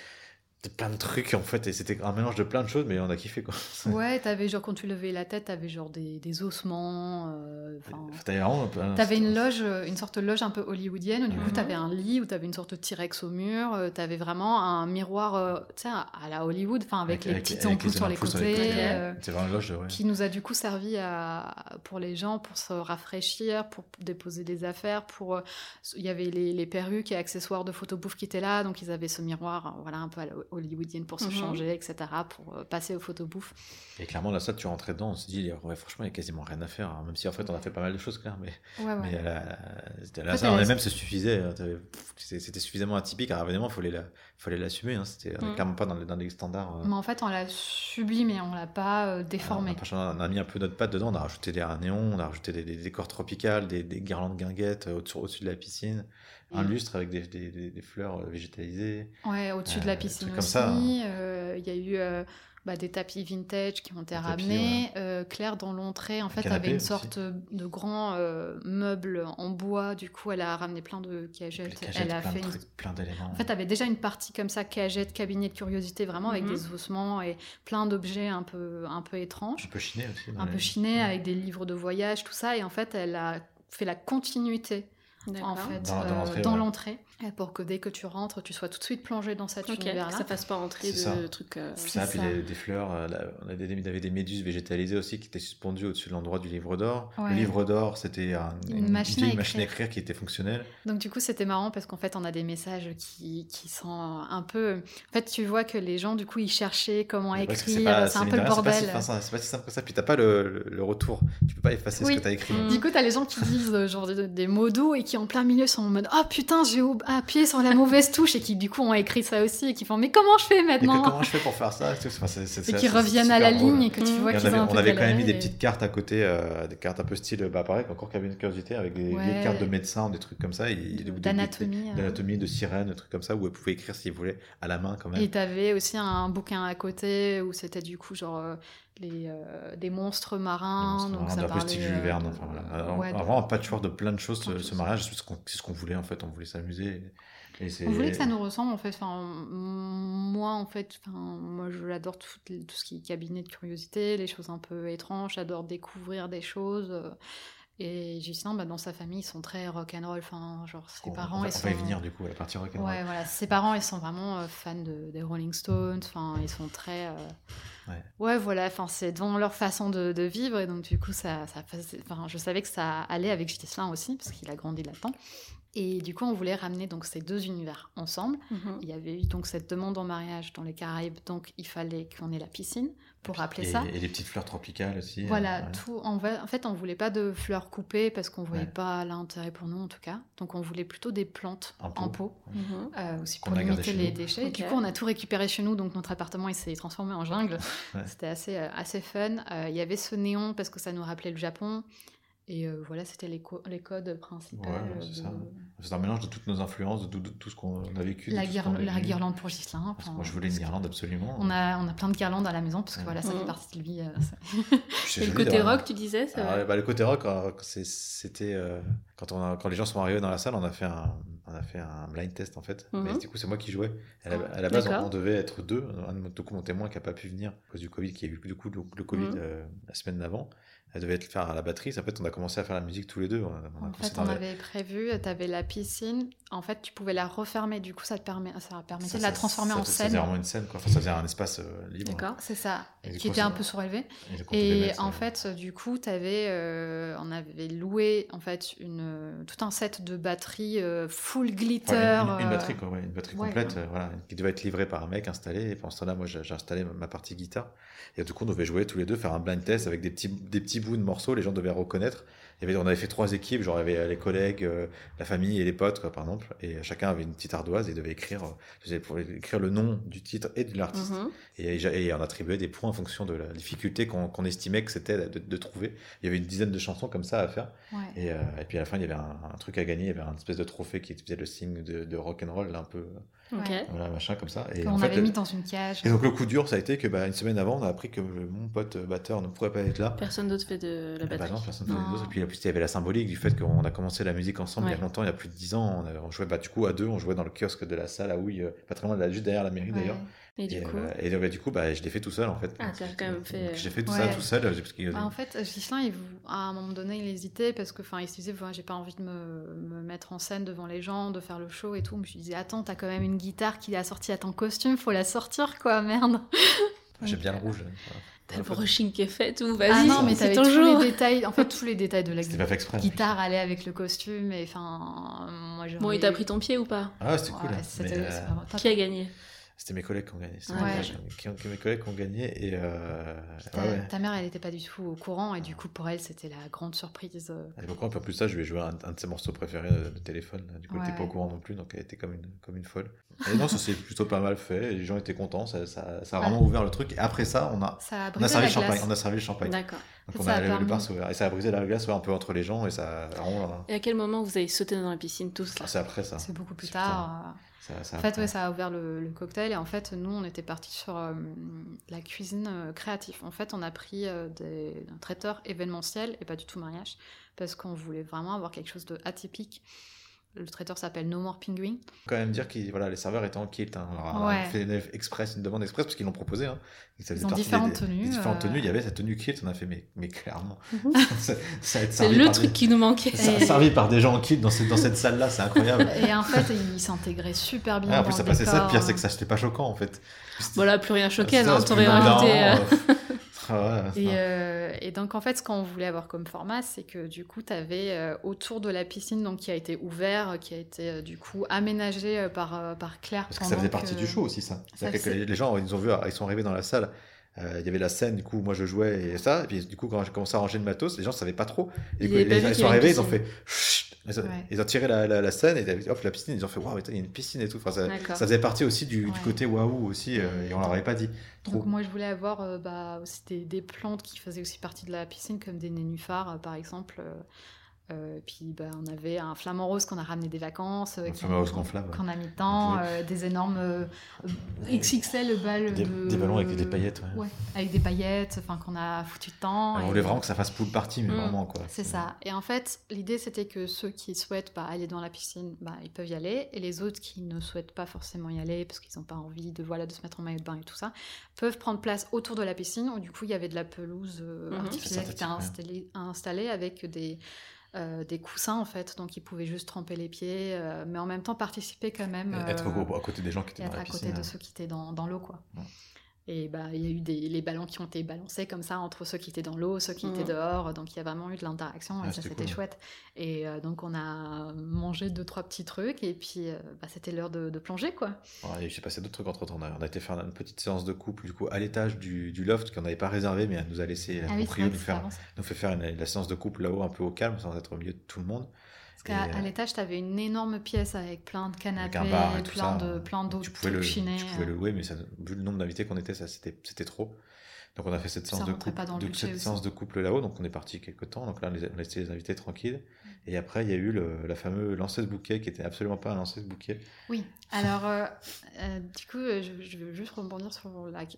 plein de trucs en fait, et c'était un mélange de plein de choses, mais on a kiffé quoi. Ouais, t'avais genre quand tu levais la tête, t'avais genre des ossements. T'avais une loge, une sorte de loge un peu hollywoodienne, où du coup t'avais un lit où t'avais une sorte de T-Rex au mur, t'avais vraiment un miroir, tu sais, à la Hollywood, enfin avec les petites ampoules sur les côtés, c'est vraiment une loge, qui nous a du coup servi pour les gens, pour se rafraîchir, pour déposer des affaires, il y avait les perruques et accessoires de photobooth qui étaient là, donc ils avaient ce miroir, voilà, un peu à la hollywoodienne pour se changer, etc., pour passer au photobooth. Et clairement, là, ça, tu rentrais dedans, on se dit, ouais, franchement, il n'y a quasiment rien à faire, hein, même si en fait, on a fait pas mal de choses, Claire, mais la salle en elle-même, ça suffisait, c'était suffisamment atypique, alors évidemment, il fallait l'assumer, hein, c'était clairement pas dans les standards. Mais en fait, on l'a sublimé, on l'a pas déformé. On a mis un peu notre patte dedans, on a rajouté des néons, on a rajouté des décors tropicales, des guirlandes guinguettes au-dessus de la piscine. Un lustre avec des fleurs végétalisées. Ouais, au-dessus de la piscine aussi. Il y a eu des tapis vintage qui ont été ramenés. Claire, dans l'entrée, en fait, avait une sorte de grand meuble en bois. Du coup, elle a ramené plein de cagettes. Elle a fait plein d'éléments. En fait, elle avait déjà une partie comme ça, cagettes, cabinet de curiosité, vraiment avec des ossements et plein d'objets un peu étranges. Un peu chinés aussi. Un peu chinés, avec des livres de voyage, tout ça. Et en fait, elle a fait la continuité. En fait, dans l'entrée. pour que dès que tu rentres, tu sois tout de suite plongé dans cet univers-là. Que ça fasse pas entrer de trucs... Ça, puis des fleurs, il y avait des méduses végétalisées aussi qui étaient suspendues au-dessus de l'endroit du livre d'or. Le livre d'or, c'était une machine à écrire qui était fonctionnelle. Donc du coup, c'était marrant parce qu'en fait, on a des messages qui sont un peu... En fait, tu vois que les gens, du coup, ils cherchaient comment écrire, c'est un peu le bordel. C'est pas si simple que ça, puis t'as pas le retour. Tu peux pas effacer ce que t'as écrit. Du coup, t'as les gens qui disent genre des mots doux et qui en plein milieu sont en mode « Oh putain, j'ai appuyé sur la mauvaise touche » et qui du coup ont écrit ça aussi et qui font « Mais comment je fais maintenant ?» Comment je fais pour faire ça? Et qui reviennent à la ligne et que tu vois qu'ils ont un peu on avait quand même mis des petites cartes à côté, des cartes un peu style, pareil, encore qu'il y avait une curiosité, avec des cartes de médecins, des trucs comme ça, d'anatomie, de sirène, des trucs comme ça, où elle pouvait écrire s'ils voulaient, à la main quand même. Et t'avais aussi un bouquin à côté où c'était du coup genre des monstres marins. Donc ça un peu parlait, style Jules Verne. Enfin, voilà. Vraiment un patchwork de plein de choses, ce mariage, c'est ce qu'on voulait en fait, on voulait s'amuser. On voulait que ça nous ressemble en fait. Moi j'adore tout ce qui est cabinet de curiosité, les choses un peu étranges, j'adore découvrir des choses. Et Ghislain, dans sa famille, ils sont très rock'n'roll. Enfin, genre, ses parents, on va y venir du coup à la partie rock'n'roll. Ouais, voilà. Ses parents, ils sont vraiment fans des Rolling Stones. Enfin, ils sont très. Ouais, voilà. Enfin, c'est dans leur façon de vivre. Et donc, du coup, je savais que ça allait avec Ghislain aussi, parce qu'il a grandi là-dedans. Et du coup, on voulait ramener donc ces deux univers ensemble. Il y avait eu donc cette demande en mariage dans les Caraïbes, donc il fallait qu'on ait la piscine pour rappeler ça. Et les petites fleurs tropicales aussi. Voilà, tout. En fait, on voulait pas de fleurs coupées parce qu'on voyait pas l'intérêt pour nous en tout cas. Donc on voulait plutôt des plantes en pot, aussi pour limiter les déchets. Du coup, on a tout récupéré chez nous, donc notre appartement il s'est transformé en jungle. C'était assez fun. Il y avait ce néon parce que ça nous rappelait le Japon. Et voilà, c'était les codes principaux. C'est ça. C'est un mélange de toutes nos influences, de tout ce qu'on a vécu. La guirlande pour Ghislain. Moi, je voulais une guirlande, absolument. On a plein de guirlandes à la maison, parce que voilà, ça fait partie de lui. Et le côté rock, tu disais le côté rock, c'était... quand les gens sont arrivés dans la salle, on a fait un blind test, en fait. Mais du coup, c'est moi qui jouais. À la base, on devait être deux. Mon témoin qui n'a pas pu venir à cause du Covid, qui a eu du coup le Covid la semaine d'avant. Elle devait être faire à la batterie. En fait, on a commencé à faire la musique tous les deux. On avait prévu, tu avais la piscine. En fait, tu pouvais la refermer. Du coup, ça permettait de la transformer en scène. Ça faisait vraiment une scène, quoi. Enfin, ça faisait un espace libre. D'accord, c'est ça. Qui était un peu surélevé. Et en fait, du coup, on avait loué en fait tout un set de batteries full glitter. Une batterie, quoi. Une batterie complète, qui devait être livrée par un mec installé. Et pendant ce temps-là, moi, j'ai installé ma partie guitare. Et du coup, on devait jouer tous les deux, faire un blind test avec des petits bouts de morceaux, les gens devaient reconnaître. On avait fait 3 équipes, genre il y avait les collègues, la famille et les potes, quoi, par exemple. Et chacun avait une petite ardoise et devait écrire le nom du titre et de l'artiste. Et on attribuait des points en fonction de la difficulté qu'on estimait que c'était de trouver. Il y avait une dizaine de chansons comme ça à faire. Et puis à la fin, il y avait un truc à gagner. Il y avait un espèce de trophée qui faisait le signe de rock'n'roll, un peu. Voilà, machin comme ça. Et on avait mis dans une cage. Et donc le coup dur, ça a été que une semaine avant, on a appris que mon pote batteur ne pourrait pas être là. Personne d'autre fait de la batterie. Non, personne fait d'autre. Et puis en plus, il y avait la symbolique du fait qu'on a commencé la musique ensemble il y a longtemps, il y a plus de 10 ans. On jouait du coup à deux, on jouait dans le kiosque de la salle à Houille, pas très loin, juste derrière la mairie d'ailleurs. Et du coup, je l'ai fait tout seul en fait. Ah, t'as quand même fait. J'ai fait tout ça tout seul. En fait, Ghislain, à un moment donné, il hésitait parce que, il se disait, j'ai pas envie de me mettre en scène devant les gens, de faire le show et tout. Mais je lui disais, attends, t'as quand même une guitare qui est assortie à ton costume, faut la sortir quoi, merde. J'aime bien le rouge. T'as le brushing qui est fait, tout, vas-y. Ah non, mais t'avais tous les détails. En fait, tous les détails de la guitare allaient avec le costume. Et moi, bon, et t'as pris ton pied ou pas? Ah, c'était cool. Qui a gagné? C'était mes collègues qui ont gagné. Mes collègues qui ont gagné. Et ta mère, elle n'était pas du tout au courant. Et du coup, pour elle, c'était la grande surprise. Elle était au courant. Puis en plus, ça, je lui ai joué un de ses morceaux préférés de téléphone. Du coup, elle n'était pas au courant non plus. Donc, elle était comme une folle. Et non, ça s'est plutôt pas mal fait. Et les gens étaient contents. Ça a vraiment ouvert le truc. Et après ça, on a servi le champagne. On a servi le champagne. D'accord. Donc, le bar s'est ouvert. Et ça a brisé la glace un peu entre les gens. Et à quel moment vous avez sauté dans la piscine tous là? C'est après ça. C'est beaucoup plus tard. Ça a ouvert le cocktail et en fait nous on était partis sur la cuisine créative. En fait on a pris un traiteur événementiel et pas du tout mariage parce qu'on voulait vraiment avoir quelque chose de atypique Le traiteur s'appelle No More Penguin. Quand même dire que les serveurs étaient en kilt. Hein. Alors, Ouais. on fait une demande express parce qu'ils l'ont proposé. Hein. Ils ont différentes tenues. Différentes tenues. Il y avait cette tenue kilt. On a fait, mais clairement, ça va être C'est le truc qui nous manquait. servi par des gens en kilt dans cette salle-là. C'est incroyable. Et en fait, ils s'intégraient super bien. En plus, ça passait ça. Le pire, c'est que ça, c'était pas choquant en fait. Voilà, plus rien choquait. Ça, Non, t'aurais rajouté. Et donc en fait, ce qu'on voulait avoir comme format, c'est que du coup, tu avais autour de la piscine, donc qui a été ouvert, qui a été du coup aménagé par Claire. Parce que ça faisait partie du show aussi, ça. C'est-à-dire que les gens, ils ont vu, ils sont arrivés dans la salle. Il y avait la scène, du coup, moi je jouais et ça. Et puis du coup, quand j'ai commencé à ranger le matos, les gens ne savaient pas trop. Et ils sont arrivés, ils ont fait. Ils ont tiré la scène et hop, la piscine, ils ont fait waouh, il y a une piscine et tout. Enfin, ça faisait partie aussi du côté waouh aussi, et on leur avait pas dit. Trop. Donc moi je voulais avoir aussi des plantes qui faisaient aussi partie de la piscine, comme des nénuphars par exemple. Puis on avait un flamant rose qu'on a ramené des vacances, qu'on a mis dedans, des énormes XXL balles des ballons avec des paillettes. Ouais, avec des paillettes, qu'on a foutu dedans. On voulait vraiment que ça fasse pool party, mais vraiment quoi. C'est ça. Et en fait, l'idée c'était que ceux qui souhaitent aller dans la piscine, ils peuvent y aller, et les autres qui ne souhaitent pas forcément y aller parce qu'ils n'ont pas envie de se mettre en maillot de bain et tout ça, peuvent prendre place autour de la piscine où du coup il y avait de la pelouse artificielle qui était installée avec des coussins en fait, donc ils pouvaient juste tremper les pieds, mais en même temps participer quand même. Être à côté des gens qui étaient dans la piscine. Être à côté de ceux qui étaient dans l'eau, quoi. Ouais. Et il y a eu les ballons qui ont été balancés comme ça entre ceux qui étaient dans l'eau, ceux qui étaient dehors, donc il y a vraiment eu de l'interaction et ça c'était chouette. Et donc on a mangé 2-3 petits trucs et puis c'était l'heure de plonger quoi. Ouais, il s'est passé d'autres trucs entre temps. On a été faire une petite séance de couple du coup à l'étage du loft qu'on n'avait pas réservé, mais elle nous a laissé nous fait faire la séance de couple là-haut un peu au calme sans être au milieu de tout le monde. Parce qu'à l'étage, tu avais une énorme pièce avec plein de canapés, plein d'autres trucs chinés. Tu pouvais le louer, mais vu le nombre d'invités qu'on était, c'était trop. Donc on a fait cette séance de couple là-haut, donc on est parti quelques temps. Donc là, on a laissé les invités tranquilles. Et après, il y a eu la fameuse lancer de bouquet qui était absolument pas un lancer de bouquet. Oui, alors du coup, je veux juste rebondir sur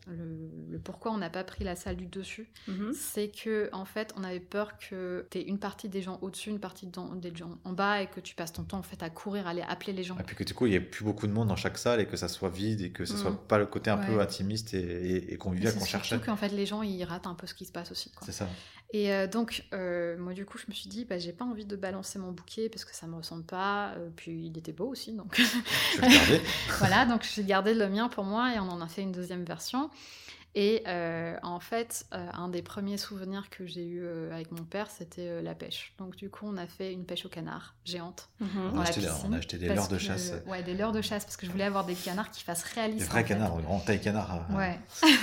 le pourquoi on n'a pas pris la salle du dessus. C'est que en fait, on avait peur que tu aies une partie des gens au-dessus, une partie des gens en bas et que tu passes ton temps en fait à courir, à aller appeler les gens. Et puis que du coup, il n'y ait plus beaucoup de monde dans chaque salle et que ça soit vide et que ce soit pas le côté un peu intimiste et convivial qu'on cherchait. Surtout qu'en fait, les gens, ils ratent un peu ce qui se passe aussi, quoi. C'est ça. Et donc, moi, du coup, je me suis dit, j'ai pas envie de balancer mon bouquet parce que ça me ressemble pas. Puis il était beau aussi, donc. Je vais le garder. Voilà, donc j'ai gardé le mien pour moi et on en a fait une deuxième version. Et en fait, un des premiers souvenirs que j'ai eu avec mon père, c'était la pêche. Donc du coup, on a fait une pêche au canard géante dans la piscine. On a acheté des leurres de chasse. Ouais, des leurres de chasse parce que je voulais avoir des canards qui fassent réalistes. Des vrais canards, en taille canard. Ouais.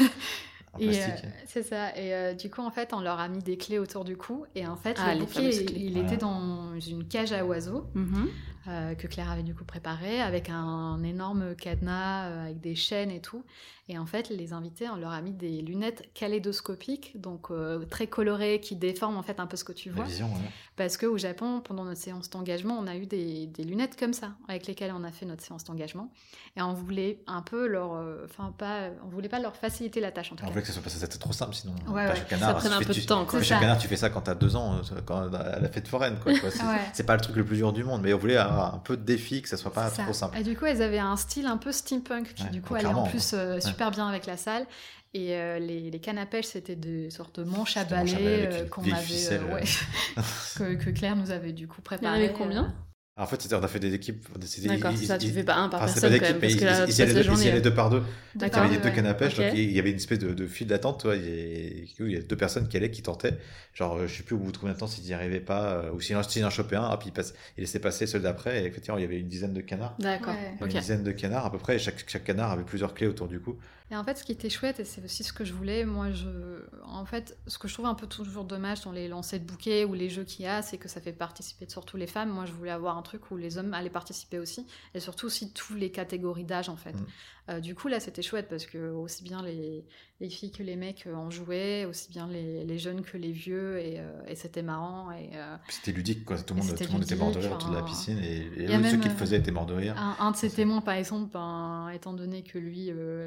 En plastique. C'est ça. Et du coup, en fait, on leur a mis des clés autour du cou. Et en fait, le bouquet, il était dans une cage à oiseaux que Claire avait du coup préparée avec un énorme cadenas avec des chaînes et tout. Et en fait, les invités, on leur a mis des lunettes kaléidoscopiques, donc très colorées, qui déforment en fait un peu ce que tu vois. La vision, ouais. Parce qu'au Japon, pendant notre séance d'engagement, on a eu des lunettes comme ça, avec lesquelles on a fait notre séance d'engagement. Et on voulait un peu on voulait pas leur faciliter la tâche en tout cas. On voulait que c'était trop simple, sinon. Ça prenne un peu de temps. Pêche à canard, tu fais ça quand t'as 2 ans, à la fête foraine, quoi. C'est pas le truc le plus dur du monde, mais on voulait avoir un peu de défi, que ça soit pas trop simple. Et du coup, elles avaient un style un peu steampunk qui du coup allait en plus super bien avec la salle. Et les cannes à pêche, c'était des sortes de manches à balai qu'on avait, que Claire nous avait du coup préparé. Il y en avait combien en fait, on a fait des équipes. D'accord, c'est ça, tu fais pas un par personne quand même. Parce que ils y allaient 2 par 2. Il y avait 2 cannes à pêche, okay. Donc il y avait une espèce de file d'attente. Il y a 2 personnes qui tentaient. Genre, je sais plus au bout de combien de temps, s'ils n'y arrivaient pas, ou s'ils en chopaient un, hop, il laissait passer ceux d'après. Et effectivement, il y avait une dizaine de canards. D'accord. Une dizaine de canards à peu près. Et chaque canard avait plusieurs clés autour du cou. Et en fait, ce qui était chouette, et c'est aussi ce que je voulais, en fait, ce que je trouve un peu toujours dommage dans les lancers de bouquets ou les jeux qu'il y a, c'est que ça fait participer surtout les femmes. Moi, je voulais avoir un truc où les hommes allaient participer aussi, et surtout aussi toutes les catégories d'âge, en fait. Du coup, là, c'était chouette, parce que aussi bien les filles que les mecs en jouaient, aussi bien les jeunes que les vieux, et c'était marrant. C'était ludique, quoi. Tout le monde était mort de rire autour de la piscine, et ceux qui le faisaient étaient morts de rire. Un de ses témoins, par exemple, étant donné que lui...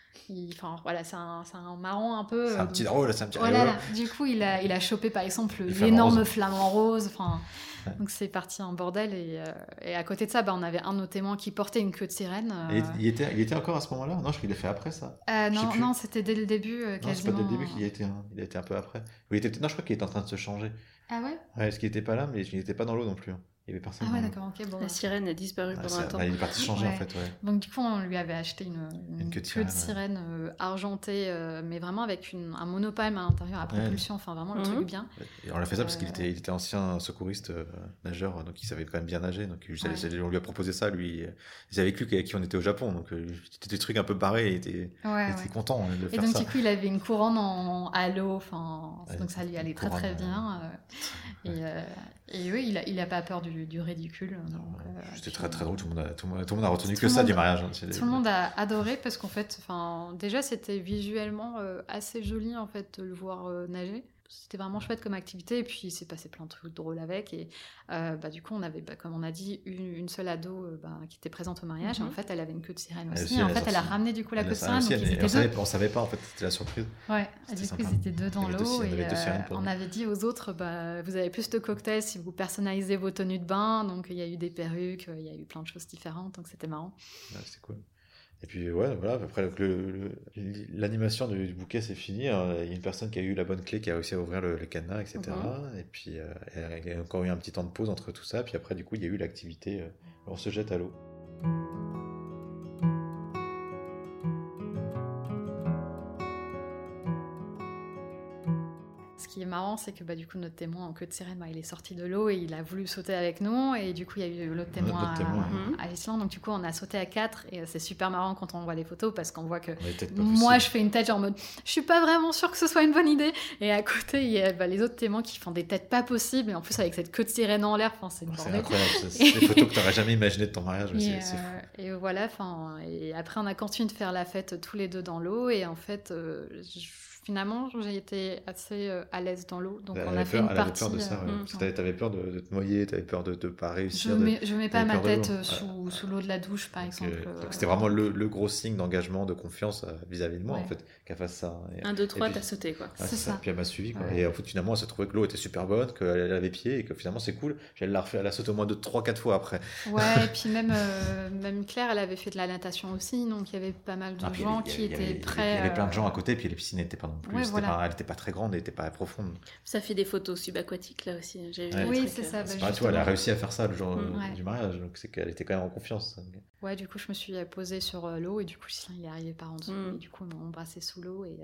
Voilà, c'est un marron un peu. C'est un petit drôle, c'est un petit voilà, du coup, il a chopé par exemple l'énorme flamant rose. Donc c'est parti en bordel. Et à côté de ça, on avait un de nos témoins qui portait une queue de sirène. Il était encore à ce moment-là ? Non, je crois qu'il l'a fait après ça. Non, c'était dès le début. Non, quasiment. C'est pas dès le début qu'il y était. Il a été un peu après. Non, je crois qu'il était en train de se changer. Ah ouais ? Ouais, parce qu'il était pas là, mais il n'était pas dans l'eau non plus. Il y avait personne. Ah ouais, d'accord, ok. Bon, la sirène a disparu pendant un temps. Il est parti changer en fait, ouais. Donc du coup, on lui avait acheté une queue de sirène argentée, mais vraiment avec un monopalme à l'intérieur à propulsion, vraiment le truc bien. Et on l'a fait ça parce qu'il était ancien secouriste nageur, donc il savait quand même bien nager. Donc on lui a proposé ça, lui. Il savait avec lui avec qui on était au Japon, donc c'était des trucs un peu barrés, il était content de faire ça. Et donc du coup, il avait une couronne en halo, donc ça lui allait très très bien. Et oui, il a pas peur du ridicule. C'était très très drôle, tout le monde a retenu que ça du mariage. Tout le monde a adoré parce qu'en fait, déjà c'était visuellement assez joli en fait de le voir nager. C'était vraiment chouette comme activité et puis il s'est passé plein de trucs drôles avec et du coup on avait comme on a dit une seule ado qui était présente au mariage et en fait elle avait une queue de sirène aussi et en fait elle a ramené du coup la queue de sirène donc on savait pas en fait, c'était la surprise. Du coup ils étaient deux dans l'eau et on avait dit aux autres vous avez plus de cocktails si vous personnalisez vos tenues de bain, donc il y a eu des perruques, il y a eu plein de choses différentes, donc c'était marrant. C'était cool. Et puis voilà, après l'animation du bouquet c'est fini, il y a une personne qui a eu la bonne clé qui a réussi à ouvrir le cadenas, etc. Et puis il y a encore eu un petit temps de pause entre tout ça, puis après du coup il y a eu l'activité on se jette à l'eau. Ce qui est marrant, c'est que du coup notre témoin en queue de sirène, il est sorti de l'eau et il a voulu sauter avec nous et du coup il y a eu l'autre témoin à l'Islande, donc du coup on a sauté à 4 et c'est super marrant quand on voit les photos parce qu'on voit que moi je fais une tête genre en mode je suis pas vraiment sûre que ce soit une bonne idée et à côté il y a les autres témoins qui font des têtes pas possibles et en plus avec cette queue de sirène en l'air, c'est une bordel. C'est incroyable, c'est des photos que t'aurais jamais imaginé de ton mariage, mais c'est fou. Et voilà, et après on a continué de faire la fête tous les deux dans l'eau et en fait finalement, j'ai été assez à l'aise dans l'eau, donc on a fait une partie. Elle avait peur de ça, parce que t'avais peur de te noyer, t'avais peur de ne pas réussir. Je mets pas ma tête sous l'eau de la douche, par exemple. Donc c'était vraiment le gros signe d'engagement, de confiance vis-à-vis de moi, en fait, qu'elle fasse ça. 1, 2, 3, t'as sauté, quoi. C'est ça. Puis elle m'a suivi, quoi. Et en fait, finalement, elle se trouvait que l'eau était super bonne, qu'elle avait pied, et que finalement, c'est cool. Elle l'a sauté au moins 3-4 fois après. Ouais, et puis même Claire, elle avait fait de la natation aussi, donc il y avait pas mal de gens qui étaient prêts. Il y avait plein de gens à côté, puis les piscines n'étaient pas non plus. Elle n'était pas très grande, elle n'était pas profonde. Ça fait des photos subaquatiques là aussi. J'ai vu oui, c'est ça. Tu vois, elle a réussi à faire ça le jour du mariage, donc c'est qu'elle était quand même en confiance. Ouais, du coup, je me suis posée sur l'eau et du coup, il est arrivé par en dessous. Et du coup, on m'a embrassé sous l'eau et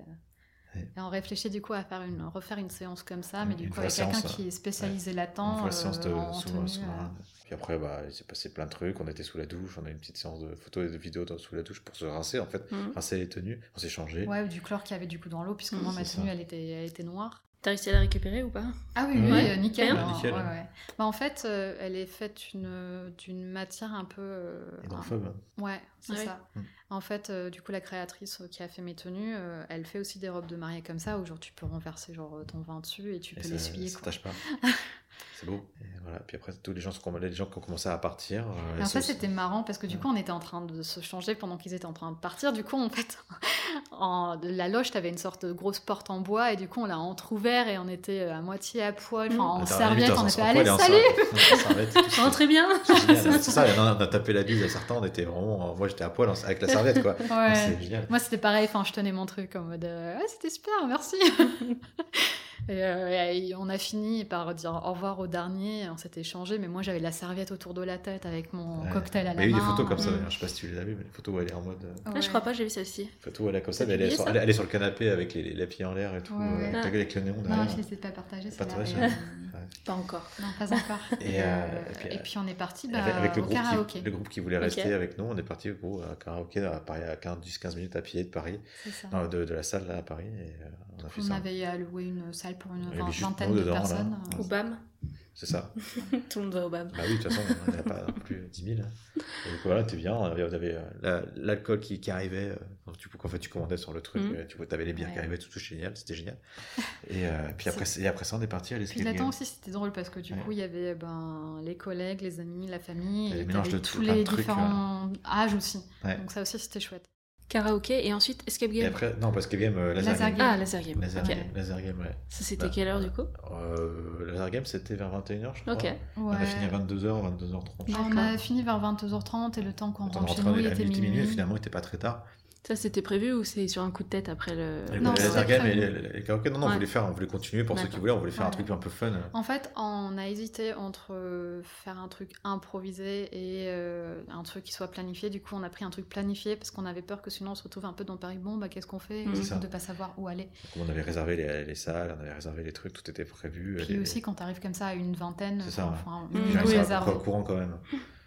on réfléchit du coup à refaire une séance comme ça, mais du coup avec quelqu'un qui est spécialisé là-dedans. Une vraie séance sous-marin. Puis après, il s'est passé plein de trucs. On était sous la douche, on a eu une petite séance de photos et de vidéos sous la douche pour se rincer, en fait. Rincer les tenues, on s'est changé. Ouais, du chlore qu'il y avait du coup dans l'eau, puisque moi, ma tenue, elle était noire. T'as réussi à la récupérer ou pas ? Ah oui, nickel. Ouais. En fait, elle est faite d'une matière un peu... hydrophobe. Ouais, c'est ça. En fait, du coup, la créatrice qui a fait mes tenues, elle fait aussi des robes de mariée comme ça, où genre tu peux renverser ton vin dessus et tu peux l'essuyer. Ça tâche pas. C'est beau. Et voilà. Puis après, tous les gens qui ont commencé à partir. Et en fait, c'était marrant parce que du coup, on était en train de se changer pendant qu'ils étaient en train de partir. Du coup, en fait, la loge, t'avais une sorte de grosse porte en bois et du coup, on l'a entrouvert et on était à moitié à poil, en serviette. On était allez, salut. Rentrez bien. C'est ça. On a tapé la bise à certains. On était vraiment. Moi, j'étais à poil avec la serviette, quoi. Ouais. C'est génial. Moi, c'était pareil. Je tenais mon truc en mode c'était super, merci. Et on a fini par dire au revoir au dernier, on s'était échangé, mais moi j'avais la serviette autour de la tête avec mon cocktail à la main. Il y a eu des photos comme ça d'ailleurs, je sais pas si tu les as vues, mais les photos où elle est en mode. Je crois pas, j'ai vu ça aussi. Photo où elle est comme ça, mais elle est sur le canapé avec les pieds en l'air et tout, avec le néon derrière. Non, je ne les ai pas partagés, c'est pas encore. Non, pas encore. Et puis on est parti avec au karaoké. Le groupe qui voulait rester avec nous, on est parti au karaoké à Paris, à 10-15 minutes à pied de Paris, de la salle là à Paris. Et on a fait ça. On avait loué une salle pour une vingtaine de personnes. Au BAM. C'est ça. Tout le monde va au BAM. Bah oui, de toute façon, on n'avait pas non plus 10 000. Et donc voilà, t'es bien. On avait l'alcool qui arrivait. Donc, en fait, tu commandais sur le truc. Tu avais les bières qui arrivaient, tout génial. C'était génial. Et puis après ça, on est parti à l'escalier. Puis là-dedans aussi, c'était drôle parce que du coup, il y avait les collègues, les amis, la famille. Et mélange de tous les différents âges aussi. Donc ça aussi, c'était chouette. Karaoké et ensuite Escape Game. Et après, non, pas Escape Game, Laser Game. Ah, Laser Game. Laser Game, ouais. Ça, c'était quelle heure du coup Laser Game, c'était vers 21h, je crois. Ok. On a fini à 22h, 22h30. On a fini vers 22h30 et le temps qu'on rentre chez nous, il était minuit. Et finalement, il n'était pas très tard. Ça, c'était prévu ou c'est sur un coup de tête après le... Non, le Laser Game et les karaokés, non, on voulait continuer pour ceux qui voulaient, on voulait faire un truc un peu fun. En fait, on a hésité entre faire un truc improvisé et un truc qui soit planifié. Du coup, on a pris un truc planifié parce qu'on avait peur que sinon on se retrouve un peu dans Paris. Bon, qu'est-ce qu'on fait de ne pas savoir où aller. Donc, on avait réservé les salles, on avait réservé les trucs, tout était prévu. Puis aussi, quand tu arrives comme ça à une vingtaine, c'est ça, c'est au courant quand même.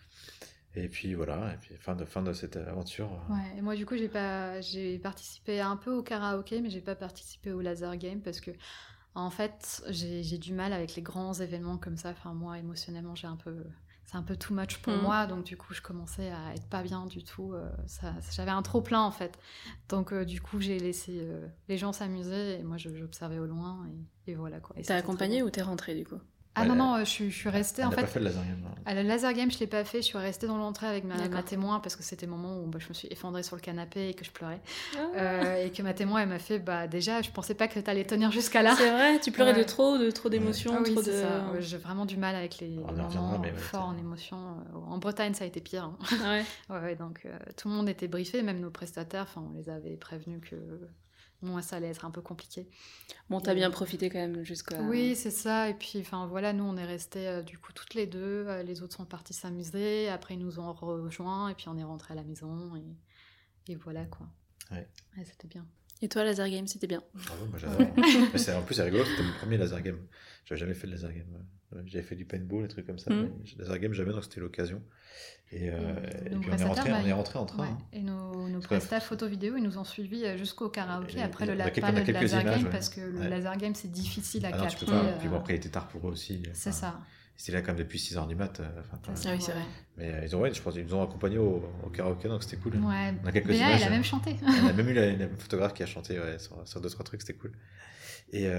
Et puis voilà, et puis fin de cette aventure. Ouais, et moi du coup j'ai participé un peu au karaoké, mais j'ai pas participé au Laser Game parce que en fait j'ai du mal avec les grands événements comme ça. Enfin moi émotionnellement c'est un peu too much pour moi, donc du coup je commençais à être pas bien du tout. J'avais un trop plein en fait, donc du coup j'ai laissé les gens s'amuser et moi j'observais au loin et voilà quoi. T'as accompagné ou t'es rentrée du coup? Ah non, je suis restée en fait. T'as pas fait le Laser Game? Le Laser Game, je l'ai pas fait. Je suis restée dans l'entrée avec ma témoin parce que c'était le moment où je me suis effondrée sur le canapé et que je pleurais. Et que ma témoin, elle m'a fait déjà, je pensais pas que t'allais tenir jusqu'à là. C'est vrai, tu pleurais de trop d'émotions. Ah oui, c'est ça. J'ai vraiment du mal avec les moments forts en émotion. En Bretagne, ça a été pire. Ouais, donc tout le monde était briefé, même nos prestataires. On les avait prévenus que. Moi, ça allait être un peu compliqué. Bon, t'as bien profité quand même jusqu'à... Oui, c'est ça. Et puis, voilà, nous, on est restés du coup toutes les deux. Les autres sont partis s'amuser. Après, ils nous ont rejoints. Et puis, on est rentrés à la maison. Et voilà, quoi. Ouais, c'était bien. Et toi, Laser Game, c'était bien? Ah ouais, moi j'adore. En plus, c'est rigolo, c'était mon premier Laser Game. J'avais jamais fait de Laser Game. J'avais fait du paintball, des trucs comme ça. Mais Laser Game, jamais, donc c'était l'occasion. Et puis on est rentré en train. Ouais. Et nos prestats photo-vidéo, ils nous ont suivis jusqu'au karaoké après le Laser Game, parce que le Laser Game, c'est difficile à capter. Puis bon, après, il était tard pour eux aussi. C'est ça. C'était là quand même depuis 6h du mat. Oui, c'est vrai. Mais je pense qu'ils nous ont accompagnés au karaoké, donc c'était cool. Ouais. On a quelques Béa, images. elle a même chanté. On a même eu la photographe qui a chanté sur 2-3 trucs, c'était cool. Et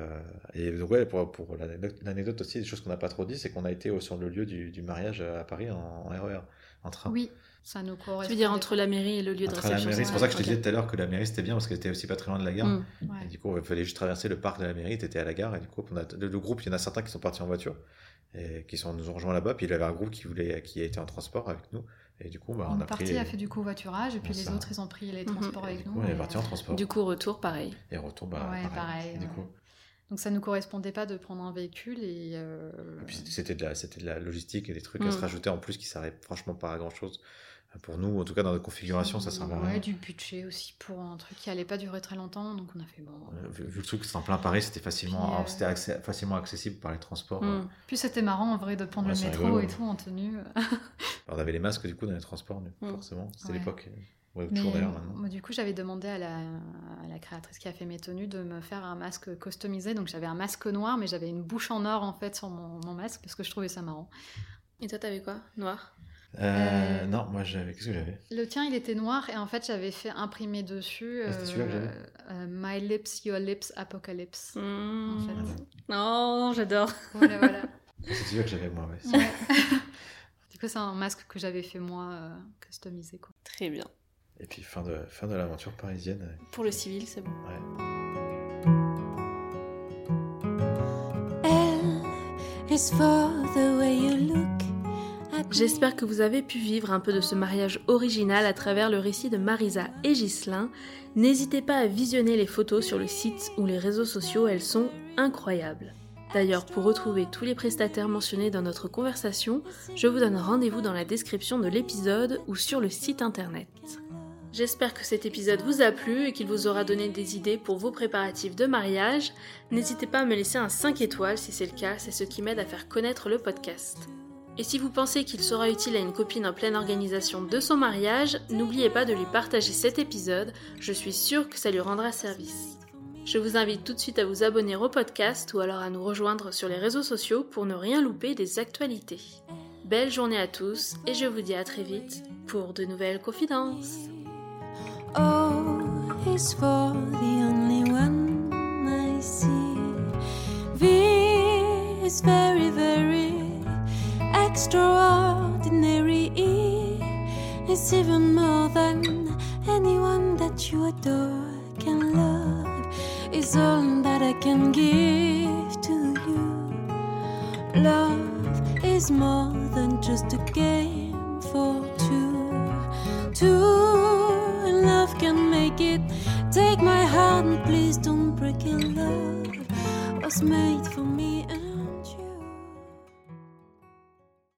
donc pour l'anecdote aussi, des choses qu'on n'a pas trop dit, c'est qu'on a été sur le lieu du mariage à Paris en RER, en train. Oui, ça nous correspond. Tu veux dire entre la mairie et le lieu de réception? C'est pour ça que je te disais tout à l'heure que la mairie c'était bien parce qu'elle était aussi pas très loin de la gare. Ouais. Et du coup, il fallait juste traverser le parc de la mairie, t'étais à la gare et du coup, le groupe, il y en a certains qui sont partis en voiture et nous ont rejoints là-bas. Puis il y avait un groupe qui a été en transport avec nous. Et du coup, on a fait du covoiturage et puis les autres, ils ont pris les transports avec nous. On est partis en transport. Du coup, retour, pareil. Et retour, pareil. Du coup. Donc ça ne nous correspondait pas de prendre un véhicule et puis c'était de la logistique et des trucs à se rajouter en plus qui ne servaient franchement pas à grand chose. Pour nous, en tout cas dans notre configuration, ça servait à rien. Ouais, du budget aussi pour un truc qui allait pas durer très longtemps, donc on a fait bon. Vu le truc que c'était en plein Paris, c'était facilement accessible par les transports. Puis c'était marrant en vrai de prendre le métro et tout en tenue. On avait les masques du coup dans les transports, forcément. C'était l'époque. Ouais, mais toujours d'ailleurs maintenant. Moi, du coup, j'avais demandé à la créatrice qui a fait mes tenues de me faire un masque customisé. Donc j'avais un masque noir, mais j'avais une bouche en or en fait sur mon masque parce que je trouvais ça marrant. Et toi, t'avais quoi? Noir? Non, moi j'avais. Qu'est-ce que j'avais? Le tien, il était noir et en fait, j'avais fait imprimer dessus. C'était celui-là que j'avais. My lips, your lips, apocalypse. En fait. Non, j'adore. Voilà. C'est celui-là que j'avais moi, ouais. Du coup, c'est un masque que j'avais fait moi, customisé, quoi. Très bien. Et puis fin de l'aventure parisienne. Pour le civil, c'est bon. Ouais. L is for the way you look. J'espère que vous avez pu vivre un peu de ce mariage original à travers le récit de Marisa et Ghislain. N'hésitez pas à visionner les photos sur le site ou les réseaux sociaux, elles sont incroyables. D'ailleurs, pour retrouver tous les prestataires mentionnés dans notre conversation, je vous donne rendez-vous dans la description de l'épisode ou sur le site internet. J'espère que cet épisode vous a plu et qu'il vous aura donné des idées pour vos préparatifs de mariage. N'hésitez pas à me laisser un 5 étoiles si c'est le cas, c'est ce qui m'aide à faire connaître le podcast. Et si vous pensez qu'il sera utile à une copine en pleine organisation de son mariage, n'oubliez pas de lui partager cet épisode, je suis sûre que ça lui rendra service. Je vous invite tout de suite à vous abonner au podcast ou alors à nous rejoindre sur les réseaux sociaux pour ne rien louper des actualités. Belle journée à tous et je vous dis à très vite pour de nouvelles confidences. O is for the only one I see. V is very, very extraordinary. E is even more than anyone that you adore can love is all that I can give to you. Love is more than just a game for two. Love can make it. Take my heart and please don't break it. Love was made for me and